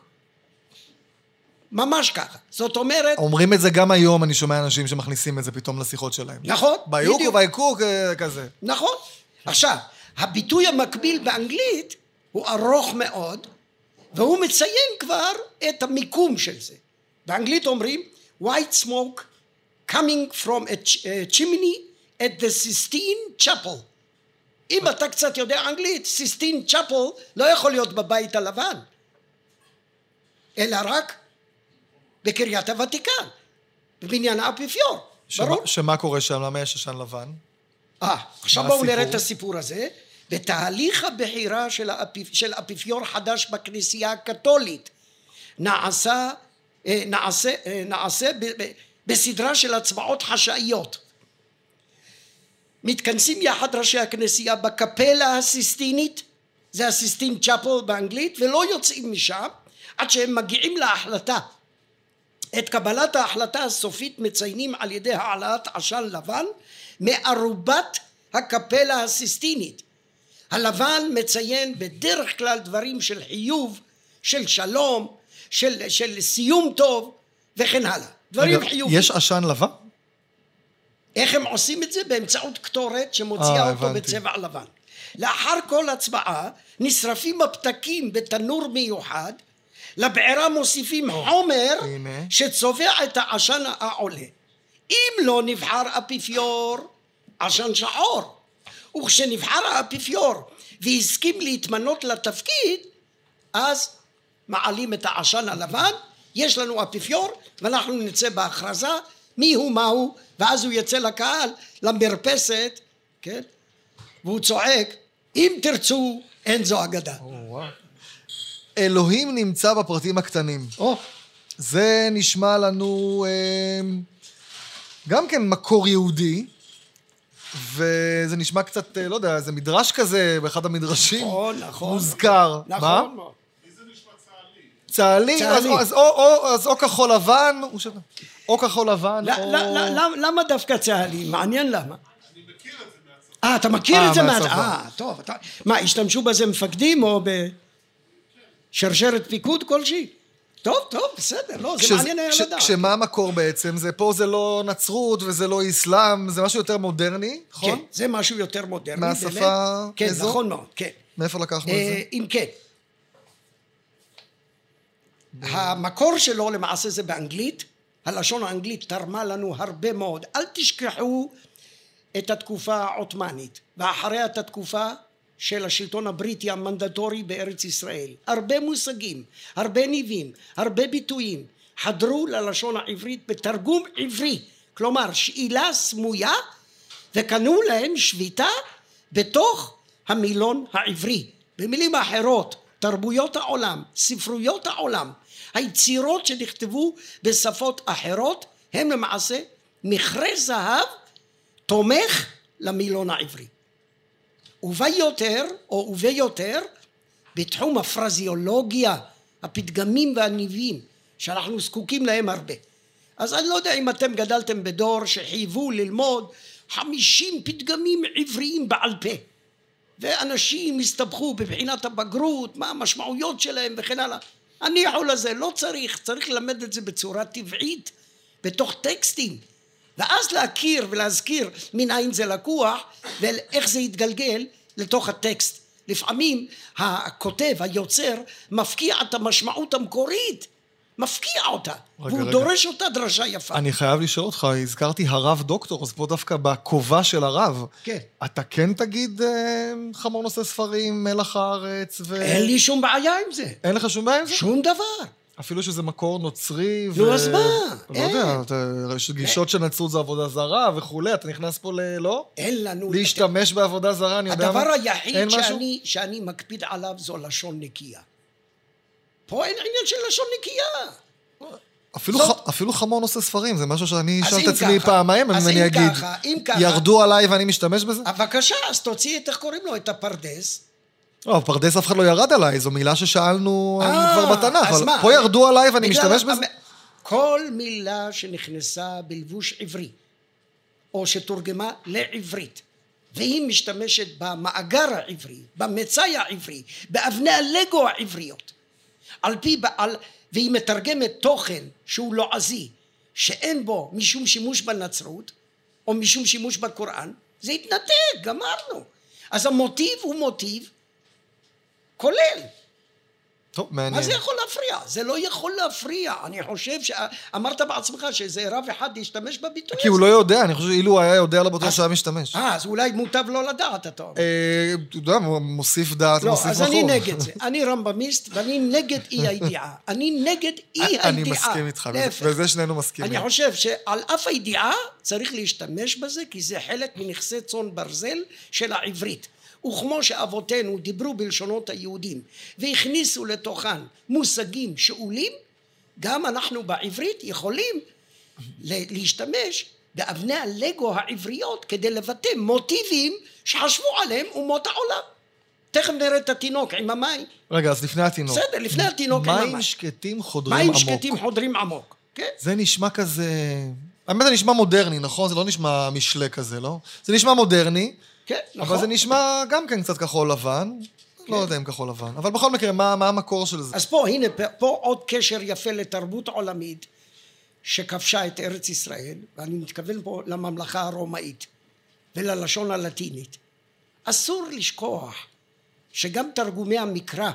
ממש ככה. זאת אומרת... אומרים את זה גם היום, אני שומע אנשים שמכניסים את זה פתאום לשיחות שלהם. נכון. ביוק או בייקוק כזה. נכון. עכשיו, הביטוי המקביל באנגלית הוא ארוך מאוד, והוא מציין כבר את המיקום של זה. באנגלית אומרים, white smoke coming from a chimney at the Sistine Chapel. אם אתה קצת יודע אנגלית, Sistine Chapel לא יכול להיות בבית הלבן, אלא רק בקריית הוותיקן, בבניין האפיפיור. ברור? שמה קורה שם? למה יש עשן לבן? עכשיו בואו נראה את הסיפור הזה. בתהליך הבחירה של אפיפיור חדש בכנסייה הקתולית נעשה בסדרה של הצבעות חשאיות. מתכנסים יחד ראשי הכנסייה בקפלה הסיסטינית, זה הסיסטין צ'אפל באנגלית, ולא יוצאים משם עד שהם מגיעים להחלטה. את קבלת ההחלטה הסופית מציינים על ידי העלאת עשן לבן מערובת הקפלה הסיסטינית. הלבן מציין בדרך כלל דברים של חיוב, של שלום, של סיום טוב וכן הלאה. דברים חיובים. יש עשן לבן? איך הם עושים את זה? באמצעות קטורת שמוציאה אותו בצבע לבן. לאחר כל הצבעה נשרפים הפתקים בתנור מיוחד, לבעירה מוסיפים חומר שצובע את העשן העולה. אם לא נבחר אפיפיור, עשן שחור. וכשנבחר האפיפיור והסכים להתמנות לתפקיד, אז מעלים את העשן הלבן, יש לנו אפיפיור, ואנחנו נצא בהכרזה מי הוא מהו, ואז הוא יצא לקהל, למרפסת, כן? והוא צועק, אם תרצו, אין זו אגדה. אלוהים נמצא בפרטים הקטנים. זה נשמע לנו גם כן מקור יהודי, וזה נשמע קצת, לא יודע, זה מדרש כזה, באחד המדרשים. נכון. מוזכר. נכון. איזה נשמע צהלי? צהלי. אז או כחול לבן, או כחול לבן, או... למה דווקא צהלי? מעניין למה. אני מכיר את זה מהצבא. אתה מכיר את זה מהצבא? טוב. מה, השתמשו בזה מפקדים או בשרשרת פיקוד כלשהי? טוב, בסדר, לא, זה מעניין היה לדעת. כשמה המקור בעצם? פה זה לא נצרות וזה לא איסלאם, זה משהו יותר מודרני, נכון? כן, זה משהו יותר מודרני. מהשפה איזו? כן, נכון מאוד, כן. מאיפה לקחנו את זה? אם כן. המקור שלו למעשה זה באנגלית, הלשון האנגלית תרמה לנו הרבה מאוד. אל תשכחו את התקופה העות'מאנית, ואחריה את התקופה של השלטון הבריטי המנדטורי בארץ ישראל. הרבה מושגים, הרבה ניבים, הרבה ביטויים, חדרו ללשון העברית בתרגום עברי, כלומר שאלה סמויה, וקנו להם שביתה בתוך המילון העברי. במילים אחרות, תרבויות העולם, ספרויות העולם, היצירות שנכתבו בשפות אחרות, הם למעשה מכרה זהב תומך למילון העברי. וביותר, בתחום הפרזיולוגיה, הפתגמים והניבים, שאנחנו זקוקים להם הרבה. אז אני לא יודע אם אתם גדלתם בדור שחייבו ללמוד 50 פתגמים עבריים בעל פה, ואנשים הסתבכו בבחינת הבגרות, מה המשמעויות שלהם וכן הלאה. אני יכול לזה, לא צריך ללמד את זה בצורה טבעית, בתוך טקסטים. ואז להכיר ולהזכיר מניין זה לקוח, ואיך זה יתגלגל לתוך הטקסט. לפעמים הכותב, היוצר, מפקיע את המשמעות המקורית, מפקיע אותה, והוא דורש אותה דרשה יפה. אני חייב לשאול אותך, הזכרתי הרב דוקטור, אז פה דווקא בכובע של הרב. כן. אתה כן תגיד חמור נושא ספרים, מלח הארץ אין לי שום בעיה עם זה. אין לך שום בעיה עם זה? שום דבר. אפילו שזה מקור נוצרי נו, אז מה? לא יודע, יש גישות של נצרות זה עבודה זרה וכולי, אתה נכנס פה לא? אין לנו... להשתמש בעבודה זרה, אני יודע מה... הדבר היחיד שאני מקפיד עליו זו לשון נקייה. פה אין עניין של לשון נקייה. אפילו חמור נושא ספרים, זה משהו שאני אשאל את עצמי פעמיים, אם אני אגיד, ירדו עליי ואני משתמש בזה? בבקשה, אז תוציא את, איך קוראים לו, את הפרדס. לא, פרדס אף אחד לא ירד עליי, זו מילה ששאלנו כבר בתנ"ך, אבל פה ירדו עליי ואני משתמש בזה? כל מילה שנכנסה בלבוש עברי, או שתורגמה לעברית, והיא משתמשת במאגר העברי, במצאי העברי, באבני הלגו העבריות, והיא מתרגמת תוכן שהוא לועזי, שאין בו משום שימוש בנצרות, או משום שימוש בקוראן, זה התנתק, גמרנו. אז המוטיב הוא מוטיב כולל. טוב, מעניין. מה זה יכול להפריע? זה לא יכול להפריע. אני חושב שאמרת בעצמך שזה רב אחד להשתמש בביטוי הזה. כי הוא לא יודע, אני חושב שאילו הוא היה יודע לא בטוח שהיה משתמש. אז אולי מוטב לא לדעת, אתה אומר. אתה יודע, מוסיף דעת, מוסיף לא, מחור. אז אני נגד זה. אני רמב"מיסט, ואני נגד אי הידיעה. אני נגד אי הידיעה. אני מסכים איתך, וזה שנינו מסכימים. אני חושב שעל אף הידיעה צריך להשתמש בזה, כי זה חלק מנכסי צאן ברזל של העברית. וכמו שאבותינו דיברו בלשונות היהודים והכניסו לתוכן מושגים שאולים, גם אנחנו בעברית יכולים להשתמש באבני הלגו העבריות כדי לבטא מוטיבים שחשבו עליהם אומות העולם. תכף נראה את התינוק עם המים. רגע, אז לפני התינוק. בסדר, לפני התינוק עם המים. מים שקטים חודרים עמוק. מים שקטים חודרים עמוק, כן? זה נשמע כזה... האמת זה נשמע מודרני, נכון? זה לא נשמע משלה כזה, לא? זה נשמע מודרני. כן, נכון. אבל זה נשמע גם כן קצת כחול לבן, לא יודע אם כחול לבן, אבל בכל מקרה, מה המקור של זה? אז פה, הנה, פה עוד קשר יפה לתרבות עולמית, שכבשה את ארץ ישראל, ואני מתכוון פה לממלכה הרומאית, וללשון הלטינית. אסור לשכוח, שגם תרגומי המקרא,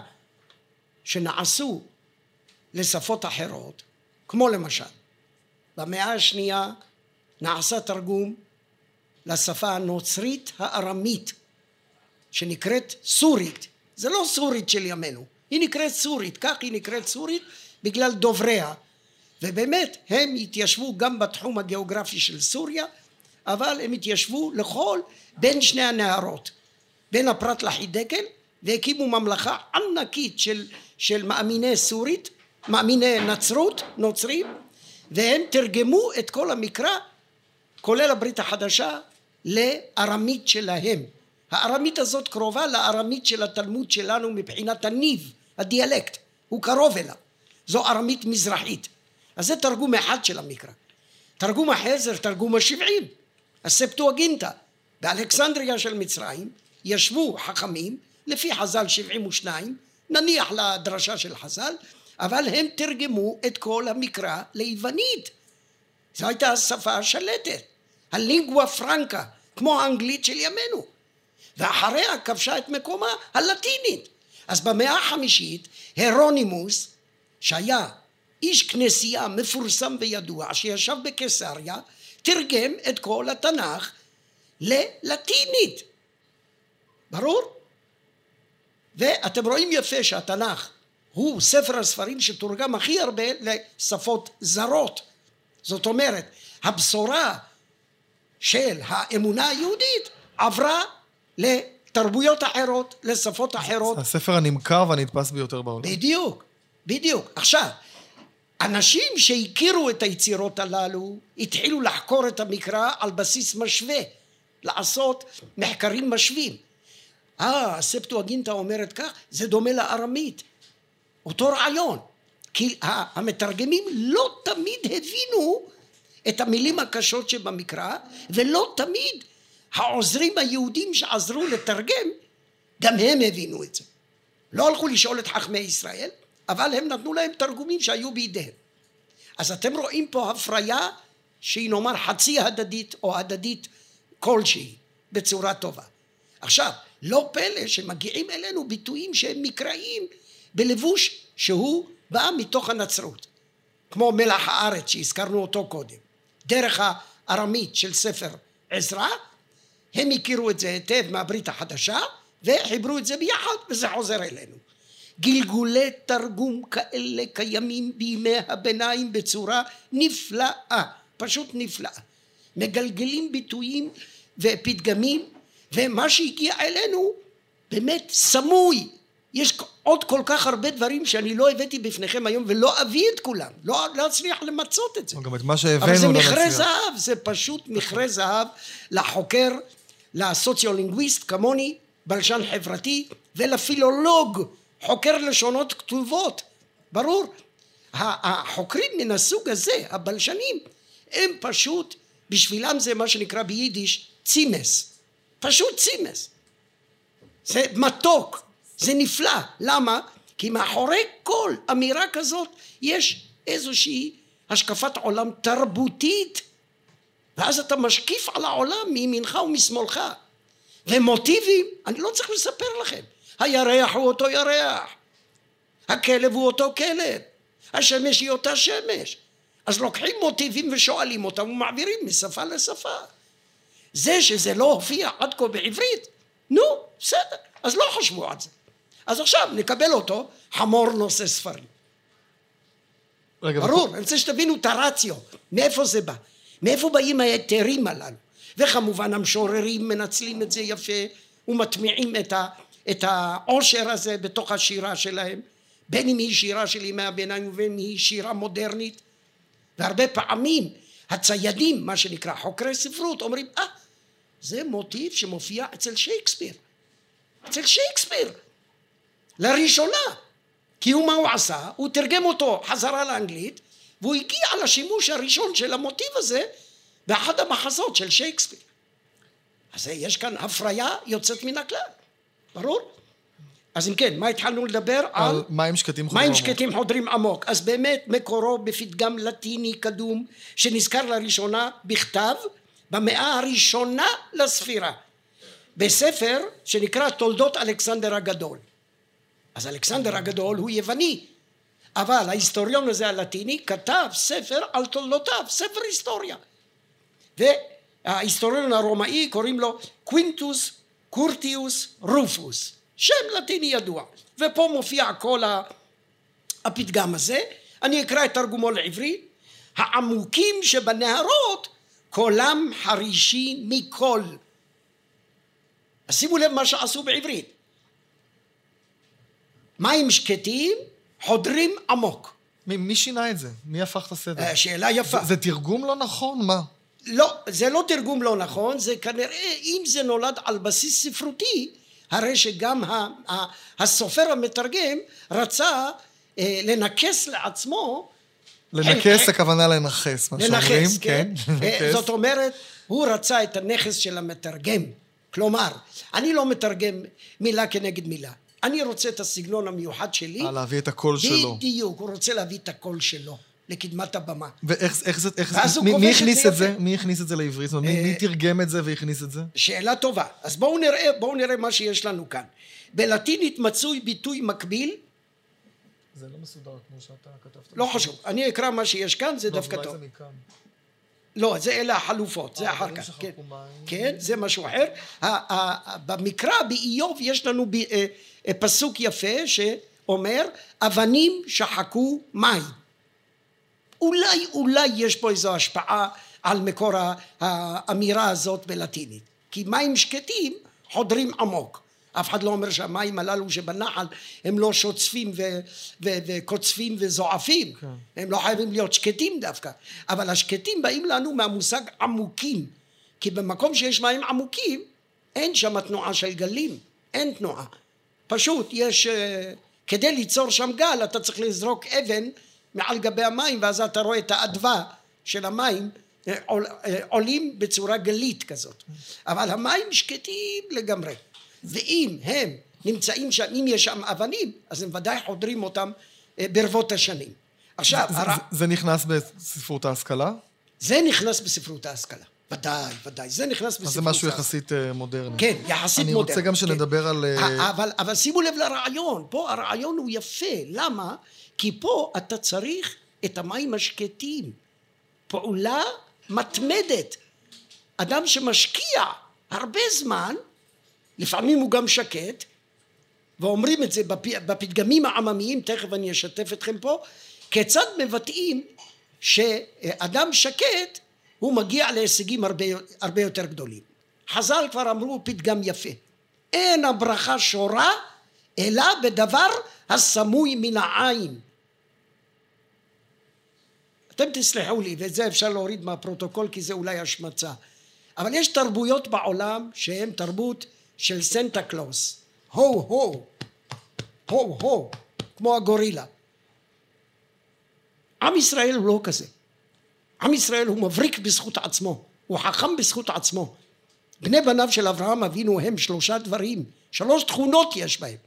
שנעשו לשפות אחרות, כמו למשל, במאה השנייה נעשה תרגום, לשפה הנוצרית הארמית, שנקראת סורית. זה לא סורית של ימינו, היא נקראת סורית, כך היא נקראת סורית בגלל דובריה, ובאמת הם התיישבו גם בתחום הגיאוגרפי של סוריה, אבל הם התיישבו לכל בין שני הנהרות, בין הפרת לחידקל, והקימו ממלכה ענקית של מאמיני סורית, מאמיני נצרות, נוצרים, והם תרגמו את כל המקרא, כולל הברית החדשה, לארמית שלהם. הארמית הזאת קרובה לארמית של התלמוד שלנו מבחינת הניב, הדיאלקט, הוא קרוב אליו. זו ארמית מזרחית. אז זה תרגום אחד של המקרא. תרגום אחר זה תרגום ה-70, הספטואגינטה. באלכסנדריה של מצרים ישבו חכמים, לפי חז"ל 72, נניח לדרשה של חז"ל, אבל הם תרגמו את כל המקרא ליוונית. זו הייתה השפה השלטת. הלינגואה פרנקה, כמו האנגלית של ימינו, ואחריה כבשה את מקומה הלטינית. אז במאה החמישית, הרונימוס, שהיה איש כנסייה מפורסם וידוע, שישב בקיסריה, תרגם את כל התנ"ך ללטינית. ברור? ואתם רואים יפה שהתנ"ך הוא ספר הספרים שתורגם הכי הרבה לשפות זרות. זאת אומרת, הבשורה של האמונה היהודית עברה לתרבויות אחרות, לשפות אחרות. הספר הנמכר והנתפס ביותר בעולם. בדיוק, בדיוק. עכשיו, אנשים שהכירו את היצירות הללו, התחילו לחקור את המקרא על בסיס משווה, לעשות מחקרים משווים. הספטואגינטה אומרת כך, זה דומה לארמית. אותו רעיון. כי המתרגמים לא תמיד הבינו את המילים הקשות שבמקרא, ולא תמיד העוזרים היהודים שעזרו לתרגם, גם הם הבינו את זה. לא הלכו לשאול את חכמי ישראל, אבל הם נתנו להם תרגומים שהיו בידיהם. אז אתם רואים פה הפריה שהיא נאמר חצי הדדית או הדדית כלשהי בצורה טובה. עכשיו, לא פלא שמגיעים אלינו ביטויים שהם מקראיים בלבוש שהוא בא מתוך הנצרות. כמו מלח הארץ שהזכרנו אותו קודם. דרך הארמית של ספר עזרא, הם הכירו את זה היטב מהברית החדשה, וחיברו את זה ביחד וזה חוזר אלינו. גלגולי תרגום כאלה קיימים בימי הביניים בצורה נפלאה, פשוט נפלאה. מגלגלים ביטויים ופתגמים, ומה שהגיע אלינו באמת סמוי. יש עוד כל כך הרבה דברים שאני לא הבאתי בפניכם היום, ולא אביא את כולם, לא אצליח למצות את זה. גם את מה שהבאנו אבל זה לא מכרה נצליח. זהב, זה פשוט מכרה זהב לחוקר, לסוציולינגוויסט כמוני, בלשן חברתי, ולפילולוג, חוקר לשונות כתובות. ברור, החוקרים מן הסוג הזה, הבלשנים, הם פשוט, בשבילם זה מה שנקרא ביידיש צימס, פשוט צימס. זה מתוק, זה נפלא. למה? כי מאחורי כל אמירה כזאת יש איזושהי השקפת עולם תרבותית, ואז אתה משקיף על העולם מימינך ומשמאלך. ומוטיבים, אני לא צריך לספר לכם, הירח הוא אותו ירח, הכלב הוא אותו כלב, השמש היא אותה שמש. אז לוקחים מוטיבים ושואלים אותם ומעבירים משפה לשפה. זה שזה לא הופיע עד כה בעברית, נו, בסדר, אז לא חשבו על זה. אז עכשיו נקבל אותו, חמור נושא ספרים. רגע, ברור, אני רוצה שתבינו את הרציו, מאיפה זה בא, מאיפה באים היתרים הללו. וכמובן המשוררים מנצלים את זה יפה ומטמיעים את העושר הזה בתוך השירה שלהם, בין אם היא שירה של ימי הביניים ובין אם היא שירה מודרנית. והרבה פעמים הציידים, מה שנקרא חוקרי ספרות, אומרים, זה מוטיב שמופיע אצל שייקספיר. אצל שייקספיר. לראשונה. כי הוא מה הוא עשה? הוא תרגם אותו חזרה לאנגלית, והוא הגיע לשימוש הראשון של המוטיב הזה, באחד המחזות של שייקספיר. אז יש כאן הפריה יוצאת מן הכלל. ברור? אז אם כן, מה התחלנו לדבר? על מים שקטים חודרים מים עמוק. שקטים חודרים עמוק. אז באמת מקורו בפתגם לטיני קדום, שנזכר לראשונה בכתב, במאה הראשונה לספירה. בספר שנקרא תולדות אלכסנדר הגדול. אז אלכסנדר הגדול הוא יווני, אבל ההיסטוריון הזה הלטיני כתב ספר על תולדותיו, ספר היסטוריה. וההיסטוריון הרומאי קוראים לו קווינטוס קורטיוס רופוס, שם לטיני ידוע. ופה מופיע כל הפתגם הזה. אני אקרא את תרגומו לעברית. העמוקים שבנהרות קולם חרישי מכל. אז שימו לב מה שעשו בעברית. מים שקטים חודרים עמוק. מי שינה את זה? מי הפך את הסדר? שאלה יפה. זה תרגום לא נכון? מה? לא, זה לא תרגום לא נכון, זה כנראה, אם זה נולד על בסיס ספרותי, הרי שגם הסופר המתרגם רצה לנכס לעצמו. לנכס הכוונה לנחס, מה שאומרים. לנכס, כן. זאת אומרת, הוא רצה את הנכס של המתרגם. כלומר, אני לא מתרגם מילה כנגד מילה. אני רוצה את הסגנון המיוחד שלי. להביא את הקול שלו. בדיוק, הוא רוצה להביא את הקול שלו לקדמת הבמה. ואיך זה, מי הכניס את זה? מי הכניס את זה לעברית? מי תרגם את זה והכניס את זה? שאלה טובה. אז בואו נראה מה שיש לנו כאן. בלטינית מצוי ביטוי מקביל. זה לא מסודר כמו שאתה כתבת. לא חשוב. אני אקרא מה שיש כאן, זה דווקא טוב. לא, זה אלה החלופות, זה אחר כך. כן, זה משהו אחר. במקרא, באיוב, יש לנו פסוק יפה שאומר, אבנים שחקו מים. אולי יש פה איזו השפעה על מקור האמירה הזאת בלטינית. כי מים שקטים חודרים עמוק. אף אחד לא אומר שהמים הללו שבנחל הם לא שוצפים וקוצפים וזועפים. הם לא חייבים להיות שקטים דווקא. אבל השקטים באים לנו מהמושג עמוקים. כי במקום שיש מים עמוקים, אין שם תנועה של גלים. אין תנועה. פשוט יש, כדי ליצור שם גל, אתה צריך לזרוק אבן מעל גבי המים, ואז אתה רואה את האדווה של המים עולים בצורה גלית כזאת. אבל המים שקטים לגמרי. ואם הם נמצאים שם, אם יש שם אבנים, אז הם ודאי חודרים אותם ברבות השנים. עכשיו, זה נכנס בספרות ההשכלה? זה נכנס בספרות ההשכלה. ודאי, ודאי. זה נכנס בספרות. אז זה משהו יחסית מודרני. כן, יחסית אני מודרני. רוצה גם שנדבר על... אבל שימו לב לרעיון. פה הרעיון הוא יפה. למה? כי פה אתה צריך את המים השקטים. פעולה מתמדת. אדם שמשקיע הרבה זמן, לפעמים הוא גם שקט, ואומרים את זה בפתגמים העממיים, תכף אני אשתף אתכם פה, כיצד מבטאים שאדם שקט הוא מגיע להישגים הרבה יותר גדולים. חז"ל כבר אמרו פתגם יפה, אין הברכה שורה אלא בדבר הסמוי מן העין. אתם תסלחו לי, ואת זה אפשר להוריד מהפרוטוקול כי זה אולי השמצה, אבל יש תרבויות בעולם שהן תרבות של סנטה קלוס, הו, כמו הגורילה. עם ישראל הוא לא כזה. עם ישראל הוא מבריק בזכות עצמו, הוא חכם בזכות עצמו. בני בניו של אברהם אבינו הם 3 דברים, 3 תכונות יש בהם.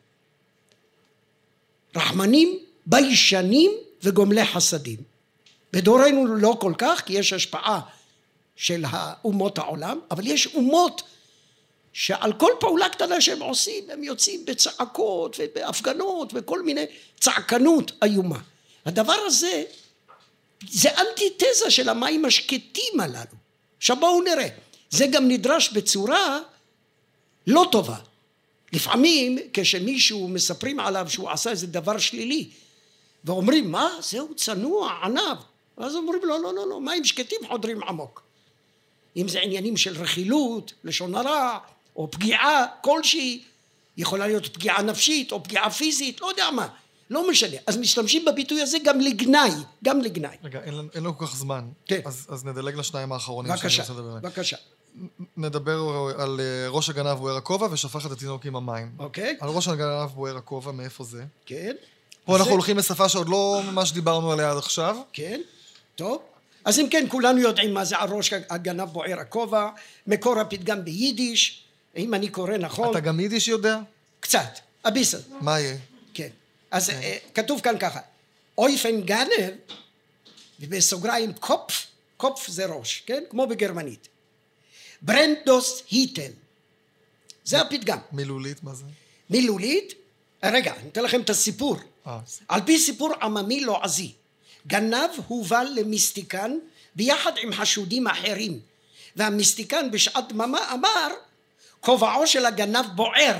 רחמנים, ביישנים וגומלי חסדים. בדורנו לא כל כך, כי יש השפעה של אומות העולם, אבל יש אומות שעל כל פעולה קטנה שהם עושים, הם יוצאים בצעקות ובהפגנות וכל מיני צעקנות איומה. הדבר הזה, זה אנטיתזה של המים השקטים הללו. עכשיו בואו נראה, זה גם נדרש בצורה לא טובה. לפעמים כשמישהו מספרים עליו שהוא עשה איזה דבר שלילי, ואומרים מה? זהו צנוע, ענב. אז אומרים לא, מים שקטים חודרים עמוק. אם זה עניינים של רכילות, לשון הרע, או פגיעה כלשהי, יכולה להיות פגיעה נפשית או פגיעה פיזית, לא יודע מה, לא משנה. אז משתמשים בביטוי הזה גם לגנאי, גם לגנאי. רגע, אין לו כל כך זמן. כן. אז נדלג לשניים האחרונים. בבקשה. נדבר על ראש הגנב בוער הכובע ושפך את התינוק עם המים. אוקיי. על ראש הגנב בוער הכובע, מאיפה זה? כן. פה אנחנו הולכים לשפה שעוד לא ממש דיברנו עליה עד עכשיו. כן, טוב. אז אם כן, כולנו יודעים מה זה על ראש הגנב בוער הכובע, מקור הפתגם ביידיש, אם אני קורא נכון. אתה גם יידיש יודע? קצת, אביסה. מה יהיה? כן. אז כתוב כאן ככה, אויפן גנב, ובסוגריים קופף זה ראש, כן? כמו בגרמנית. ברנדוס היטל. זה הפתגם. מילולית, מה זה? מילולית, רגע, אני אתן לכם את הסיפור. על פי סיפור עממי לועזי, גנב הובל למיסטיקן ביחד עם חשודים אחרים, והמיסטיקן בשעת דממה אמר, כובעו של הגנב בוער.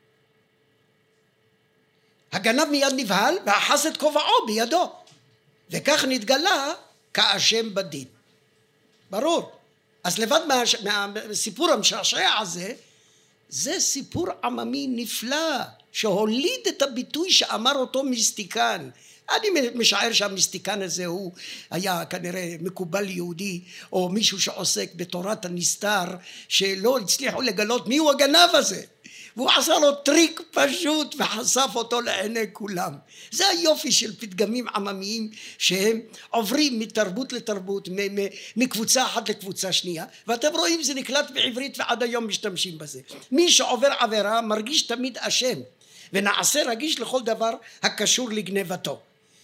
הגנב מיד נבהל ואחז את כובעו בידו, וכך נתגלה כאשם בדין. ברור. אז לבד מהסיפור המשעשע הזה, זה סיפור עממי נפלא, שהוליד את הביטוי שאמר אותו מיסטיקן. אני משער שהמיסטיקן הזה הוא היה כנראה מקובל יהודי, או מישהו שעוסק בתורת הנסתר, שלא הצליחו לגלות מי הוא הגנב הזה. והוא עשה לו טריק פשוט וחשף אותו לעיני כולם. זה היופי של פתגמים עממיים שהם עוברים מתרבות לתרבות, מקבוצה אחת לקבוצה שנייה, ואתם רואים זה נקלט בעברית ועד היום משתמשים בזה. מי שעובר עבירה מרגיש תמיד אשם, ונעשה רגיש לכל דבר הקשור לגנבתו.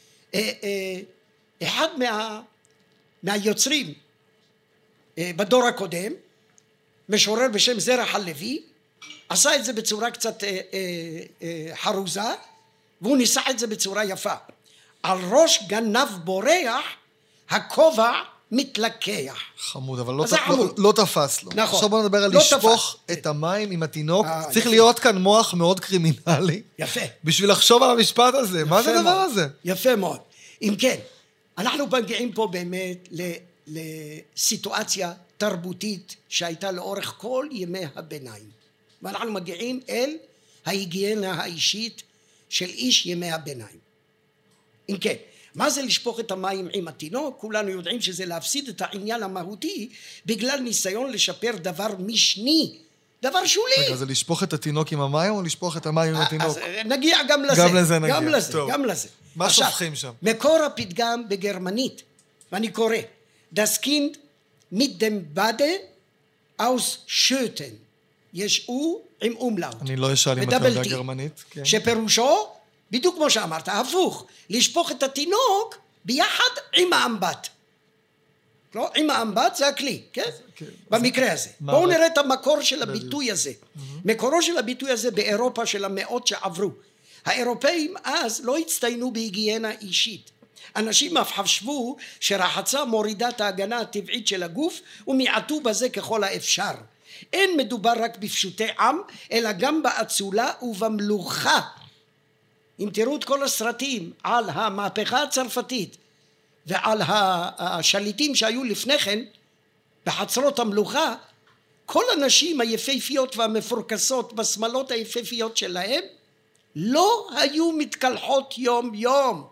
אחד מהיוצרים בדור הקודם, משורר בשם זרח הלוי, עשה את זה בצורה קצת חרוזה, והוא ניסח את זה בצורה יפה. על ראש גנב בורח, הכובע מתלקח. חמוד, אבל לא תפס לו. נכון. עכשיו בוא נדבר על לשפוך את המים עם התינוק. צריך להיות כאן מוח מאוד קרימינלי. יפה. בשביל לחשוב על המשפט הזה. מה זה הדבר הזה? יפה מאוד. אם כן, אנחנו מגיעים פה באמת לסיטואציה תרבותית שהייתה לאורך כל ימי הביניים. ואנחנו מגיעים אל ההיגיינה האישית של איש ימי הביניים. אם כן, מה זה לשפוך את המים עם התינוק? כולנו יודעים שזה להפסיד את העניין המהותי בגלל ניסיון לשפר דבר משני, דבר שולי. רגע, זה לשפוך את התינוק עם המים או לשפוך את המים עם התינוק? אז נגיע גם לזה. גם לזה נגיע. גם לזה. מה שופכים שם? מקור הפתגם בגרמנית, ואני קורא, Das Kind mit dem Bade ausschütten. יש הוא עם אומלאוט. אני לא אשאל אם אתה יודע גרמנית. שפירושו, בדיוק כמו שאמרת, הפוך, לשפוך את התינוק ביחד עם האמבט. לא? עם האמבט זה הכלי, כן? במקרה הזה. בואו נראה את המקור של הביטוי הזה. מקורו של הביטוי הזה באירופה של המאות שעברו. האירופאים אז לא הצטיינו בהיגיינה אישית. אנשים אף חשבו שרחצה מורידה את ההגנה הטבעית של הגוף ומיעטו בזה ככל האפשר. אין מדובר רק בפשוטי עם, אלא גם באצולה ובמלוכה. אם תראו את כל הסרטים על המהפכה הצרפתית ועל השליטים שהיו לפני כן בחצרות המלוכה, כל הנשים היפהפיות והמפורקסות בשמלות היפהפיות שלהם לא היו מתקלחות יום יום.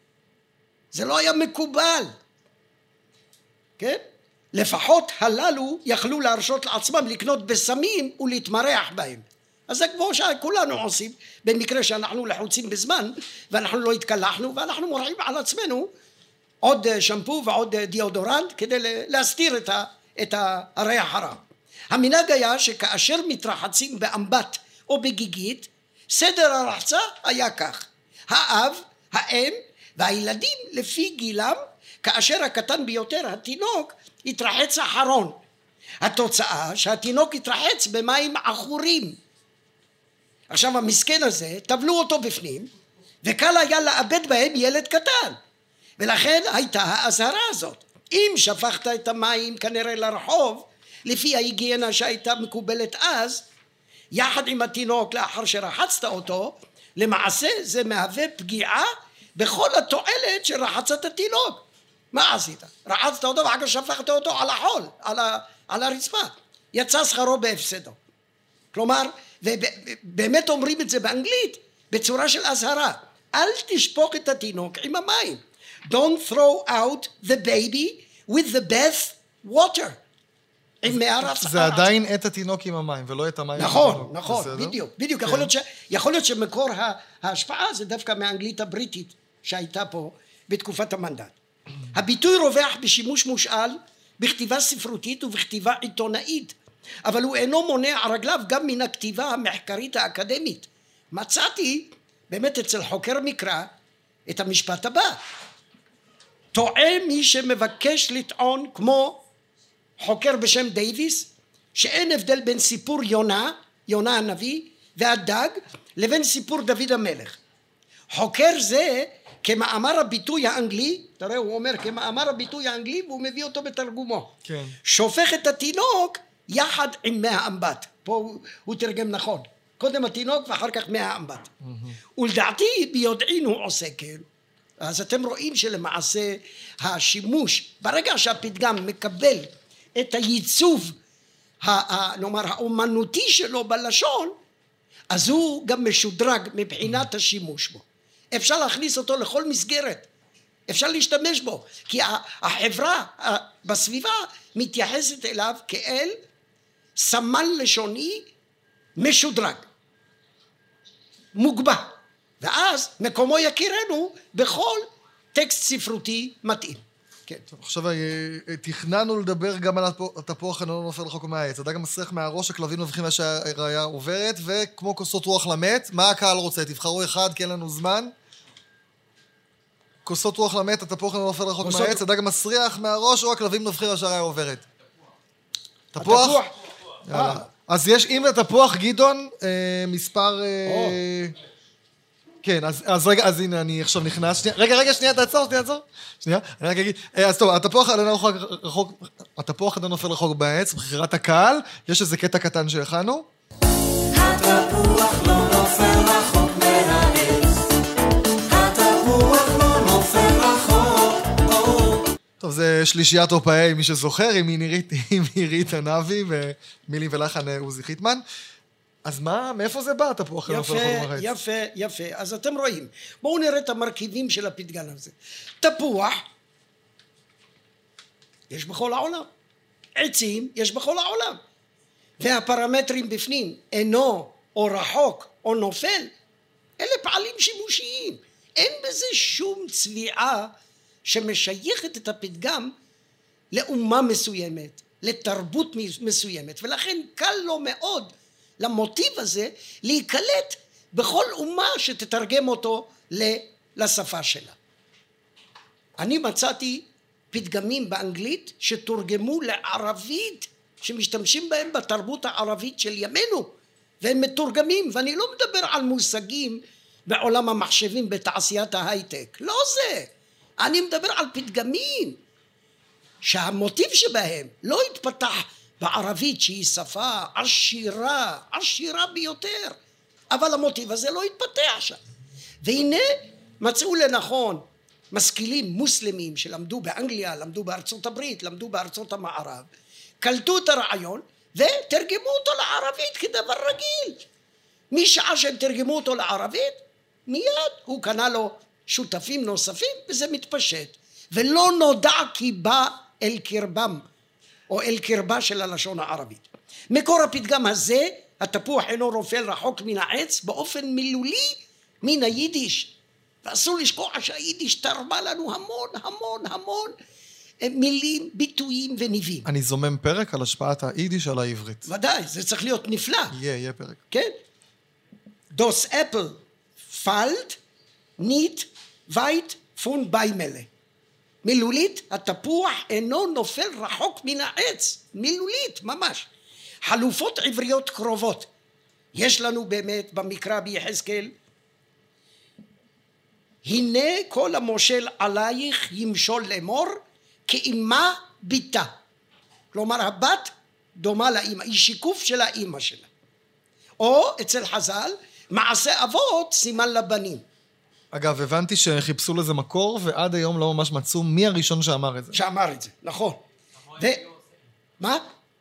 זה לא היה מקובל. כן? לפחות הללו יכלו להרשות לעצמם לקנות בסמים ולהתמרח בהם. אז זה כמו שכולנו עושים, במקרה שאנחנו לחוצים בזמן ואנחנו לא התקלחנו ואנחנו מורחים על עצמנו עוד שמפו ועוד דיאודורנט כדי להסתיר את הריח הרע. המנהג היה שכאשר מתרחצים באמבט או בגיגית, סדר הרחצה היה כך: האב, האם והילדים לפי גילם, כאשר הקטן ביותר, התינוק, יתרחץ אחרון. התוצאה שהתינוק יתרחץ במים עכורים. עכשיו המסכן הזה, טבלו אותו בפנים, וקל היה לאבד בהם ילד קטן. ולכן הייתה האזהרה הזאת. אם שפכת את המים כנראה לרחוב, לפי ההיגיינה שהייתה מקובלת אז, יחד עם התינוק לאחר שרחצת אותו, למעשה זה מהווה פגיעה בכל התועלת של רחצת התינוק. מה עשית? רחצת אותו ואחר כך שפכת אותו על החול, על הרצפה. יצא שכרו בהפסדו. כלומר, ובאמת אומרים את זה באנגלית בצורה של אזהרה. אל תשפוך את התינוק עם המים. Don't throw out the baby with the bath water. זה עדיין את התינוק עם המים ולא את המים. נכון, נכון, בדיוק. יכול להיות שמקור ההשפעה זה דווקא מהאנגלית הבריטית שהייתה פה בתקופת המנדט. הביטוי רווח בשימוש מושאל בכתיבה ספרותית ובכתיבה עיתונאית, אבל הוא אינו מונע רגליו גם מן הכתיבה המחקרית האקדמית. מצאתי באמת אצל חוקר מקרא את המשפט הבא: טועה מי שמבקש לטעון כמו חוקר בשם דייוויס שאין הבדל בין סיפור יונה הנביא והדג לבין סיפור דוד המלך. חוקר זה כמאמר הביטוי האנגלי, תראה הוא אומר כמאמר הביטוי האנגלי והוא מביא אותו בתרגומו, כן. שופך את התינוק יחד עם מי האמבט. פה הוא תרגם נכון, קודם התינוק ואחר כך מי האמבט. ולדעתי ביודעין הוא עושה כן. אז אתם רואים שלמעשה השימוש ברגע שהפתגם מקבל את הייצוב נאמר האומנותי שלו בלשון, אז הוא גם משודרג מבחינת השימוש בו. אפשר להכניס אותו לכל מסגרת, אפשר להשתמש בו, כי החברה בסביבה מתייחסת אליו כאל סמן לשוני משודרג, מוגבה, ואז מקומו יכירנו בכל טקסט ספרותי מתאים. כן. טוב, עכשיו תכננו לדבר גם על התפוח אינו נופל רחוק מהעץ. הדג מסריח מהראש, הכלבים נובחים שהראיה עוברת, וכמו כוסות רוח למת, מה הקהל רוצה? תבחרו אחד, כי אין לנו זמן. כוסות רוח למת, התפוח אינו נופל רחוק מהעץ, הדג מסריח מהראש, או הכלבים נובחים שהראיה עוברת. תפוח? אז יש, אם לתפוח, גדעון, מספר... כן, אז רגע, אז הנה, אני עכשיו נכנס, רגע, שנייה, תעצור, שנייה, אני רק אגיד, אז טוב, התפוח עדיין נופל רחוק בעץ, בחירת הקהל, יש איזה קטע קטן שהכנו. התפוח לא נופל רחוק מהעץ, התפוח לא נופל רחוק. טוב, זה שלישיית אופאי, מי שזוכר, עם עירית ענבי, ומילים ולחן עוזי חיטמן. אז מה, מאיפה זה בא, התפוח אינו נופל רחוק מהעץ? יפה. אז אתם רואים. בואו נראה את המרכיבים של הפתגם הזה. תפוח, יש בכל העולם. עצים, יש בכל העולם. והפרמטרים בפנים, אינו, או רחוק, או נופל, אלה פעלים שימושיים. אין בזה שום צביעה שמשייכת את הפתגם לאומה מסוימת, לתרבות מסוימת. ולכן קל לו מאוד למוטיב הזה להיקלט בכל אומה שתתרגם אותו לשפה שלה. אני מצאתי פתגמים באנגלית שתורגמו לערבית, שמשתמשים בהם בתרבות הערבית של ימינו, והם מתורגמים, ואני לא מדבר על מושגים בעולם המחשבים בתעשיית ההייטק, לא זה, אני מדבר על פתגמים, שהמוטיב שבהם לא התפתח בערבית שהיא שפה עשירה, עשירה ביותר, אבל המוטיב הזה לא התפתח שם. והנה מצאו לנכון משכילים מוסלמים שלמדו באנגליה, למדו בארצות הברית, למדו בארצות המערב, קלטו את הרעיון ותרגמו אותו לערבית כדבר רגיל. משעה שהם תרגמו אותו לערבית, מיד הוא קנה לו שותפים נוספים וזה מתפשט. ולא נודע כי בא אל קרבם או אל קרבה של הלשון הערבית. מקור הפתגם הזה, התפוח אינו נופל רחוק מן העץ, באופן מילולי מן היידיש. ואסור לשכוח שהיידיש תרמה לנו המון המון המון מילים, ביטויים וניבים. אני זומם פרק על השפעת היידיש על העברית. ודאי, זה צריך להיות נפלא. יהיה פרק. כן? Das Apple fällt nicht weit von Bäumen. מילולית, התפוח אינו נופל רחוק מן העץ. מילולית, ממש. חלופות עבריות קרובות. יש לנו באמת במקרא ביחזקאל, הנה כל המושל עלייך ימשול לאמור כאימה ביתה. כלומר הבת דומה לאמא, היא שיקוף של האמא שלה. או אצל חז"ל, מעשה אבות סימן לבנים. אגב, הבנתי שחיפשו לזה מקור, ועד היום לא ממש מצאו מי הראשון שאמר את זה. שאמר את זה, נכון. מה?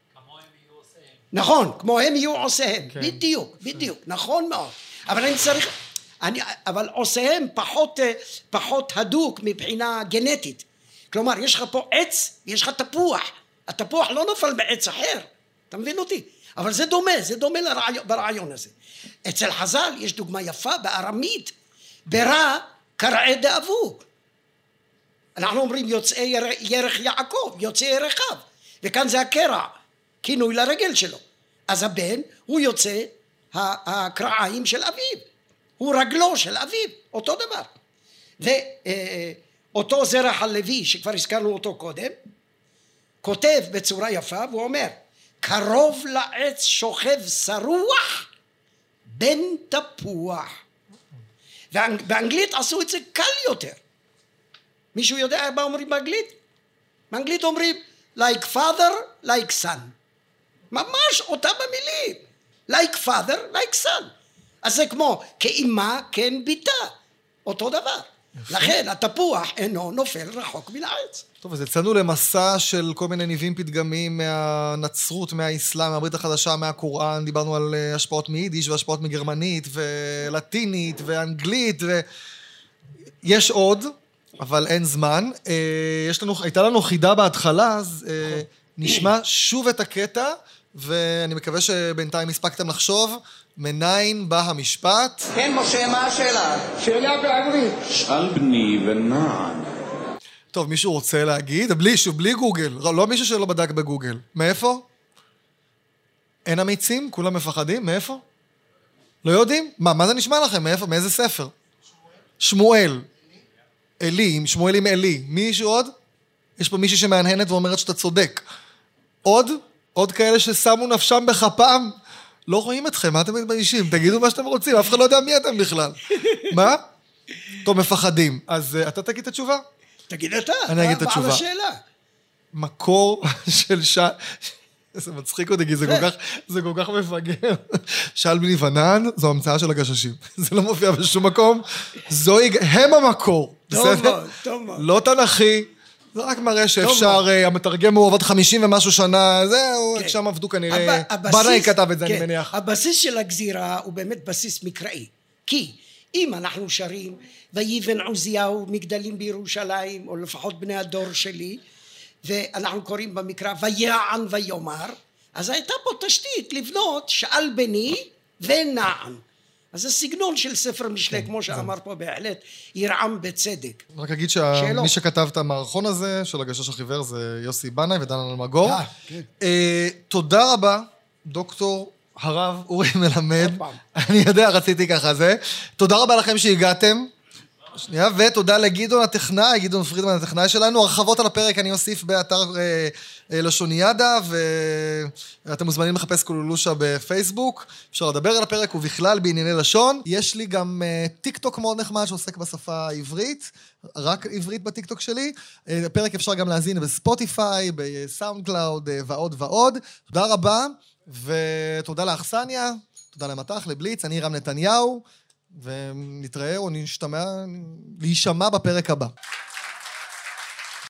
נכון, כמו הם יהיו עושיהם. כן. בדיוק, נכון מאוד. אבל אני צריך, אבל עושיהם פחות הדוק מבחינה גנטית. כלומר, יש לך פה עץ, יש לך תפוח. התפוח לא נופל בעץ אחר. אתה מבין אותי? אבל זה דומה ברעיון הזה. אצל חז"ל יש דוגמה יפה בארמית, ברע קרעי דאבוק. אנחנו אומרים יוצאי ירך יעקב, יוצאי ירחיו, וכאן זה הקרע, כינוי לרגל שלו. אז הבן הוא יוצא הקרעיים של אביו, הוא רגלו של אביו, אותו דבר. ואותו זרח הלוי שכבר הזכרנו אותו קודם, כותב בצורה יפה והוא אומר, קרוב לעץ שוכב שרוח בן תפוח. באנגלית עשו את זה קל יותר. מישהו יודע מה אומרים באנגלית? באנגלית אומרים like father, like son. ממש אותם המילים. like father, like son. אז זה כמו כאמא, כן ביתה. אותו דבר. לכן התפוח אינו נופל רחוק מן העץ. טוב, אז יצאנו למסע של כל מיני ניבים פתגמים מהנצרות, מהאסלאם, מהברית החדשה, מהקוראן, דיברנו על השפעות מיידיש והשפעות מגרמנית ולטינית ואנגלית, ויש עוד, אבל אין זמן. הייתה לנו חידה בהתחלה, אז נשמע שוב את הקטע, ואני מקווה שבינתיים הספקתם לחשוב, מניין בא המשפט. כן, משה, מה השאלה? שאלה בעברית. שאל בני ונען. טוב, מישהו רוצה להגיד? בלי גוגל, לא מישהו שלא בדק בגוגל. מאיפה? אין אמיצים? כולם מפחדים? מאיפה? לא יודעים? מה זה נשמע לכם? מאיפה? מאיזה ספר? שמואל. אלי, שמואל עם אלי. מישהו עוד? יש פה מישהי שמענהנת ואומרת שאתה צודק. עוד כאלה ששמו נפשם בכפם? לא רואים אתכם, מה אתם מתביישים? תגידו מה שאתם רוצים, אף אחד לא יודע מי אתם בכלל. מה? טוב, מפחדים. אז אתה תגיד את התשובה? תגיד אתה. אני אגיד את התשובה. מה השאלה? מקור של זה מצחיק אותי, כי זה כל כך מפגר. שאל בני ונען, זו המצאה של הגששים. זה לא מופיע בשום מקום. הם המקור. טוב מאוד. לא תנכי. זה רק מראה שאפשר, המתרגם הוא עובד 50 ומשהו שנה, זהו, שם עבדו כנראה, בנאי כתב את זה, אני מניח. הבסיס של הגזירה הוא באמת בסיס מקראי, כי אם אנחנו שרים, ויבן עוזיהו מגדלים בירושלים, או לפחות בני הדור שלי, ואנחנו קוראים במקרא, ויען ויאמר, אז הייתה פה תשתית לבנות שאל בני ונען. אז זה סגנון של ספר משלי, כמו שאמר פה בהחלט, ירעם בצדק. רק אגיד שמי שכתב את המערכון הזה, של הגשש החיוור, זה יוסי בנאי ודן אלמגור. תודה רבה, דוקטור הרב אורי מלמד. אני יודע, רציתי ככה זה. תודה רבה לכם שהגעתם. שנייה, ותודה לגדעון הטכנאי, גדעון פרידמן הטכנאי שלנו. הרחבות על הפרק אני אוסיף באתר לשוניאדה, ואתם מוזמנים לחפש קולולושה בפייסבוק. אפשר לדבר על הפרק ובכלל בענייני לשון. יש לי גם טיק טוק מאוד נחמד שעוסק בשפה העברית, רק עברית בטיק טוק שלי. הפרק אפשר גם להזין בספוטיפיי, בסאונד קלאוד ועוד ועוד. תודה רבה, ותודה לאכסניה, תודה למתח, לבליץ, אני רם נתניהו, ונתראה או להישמע בפרק הבא.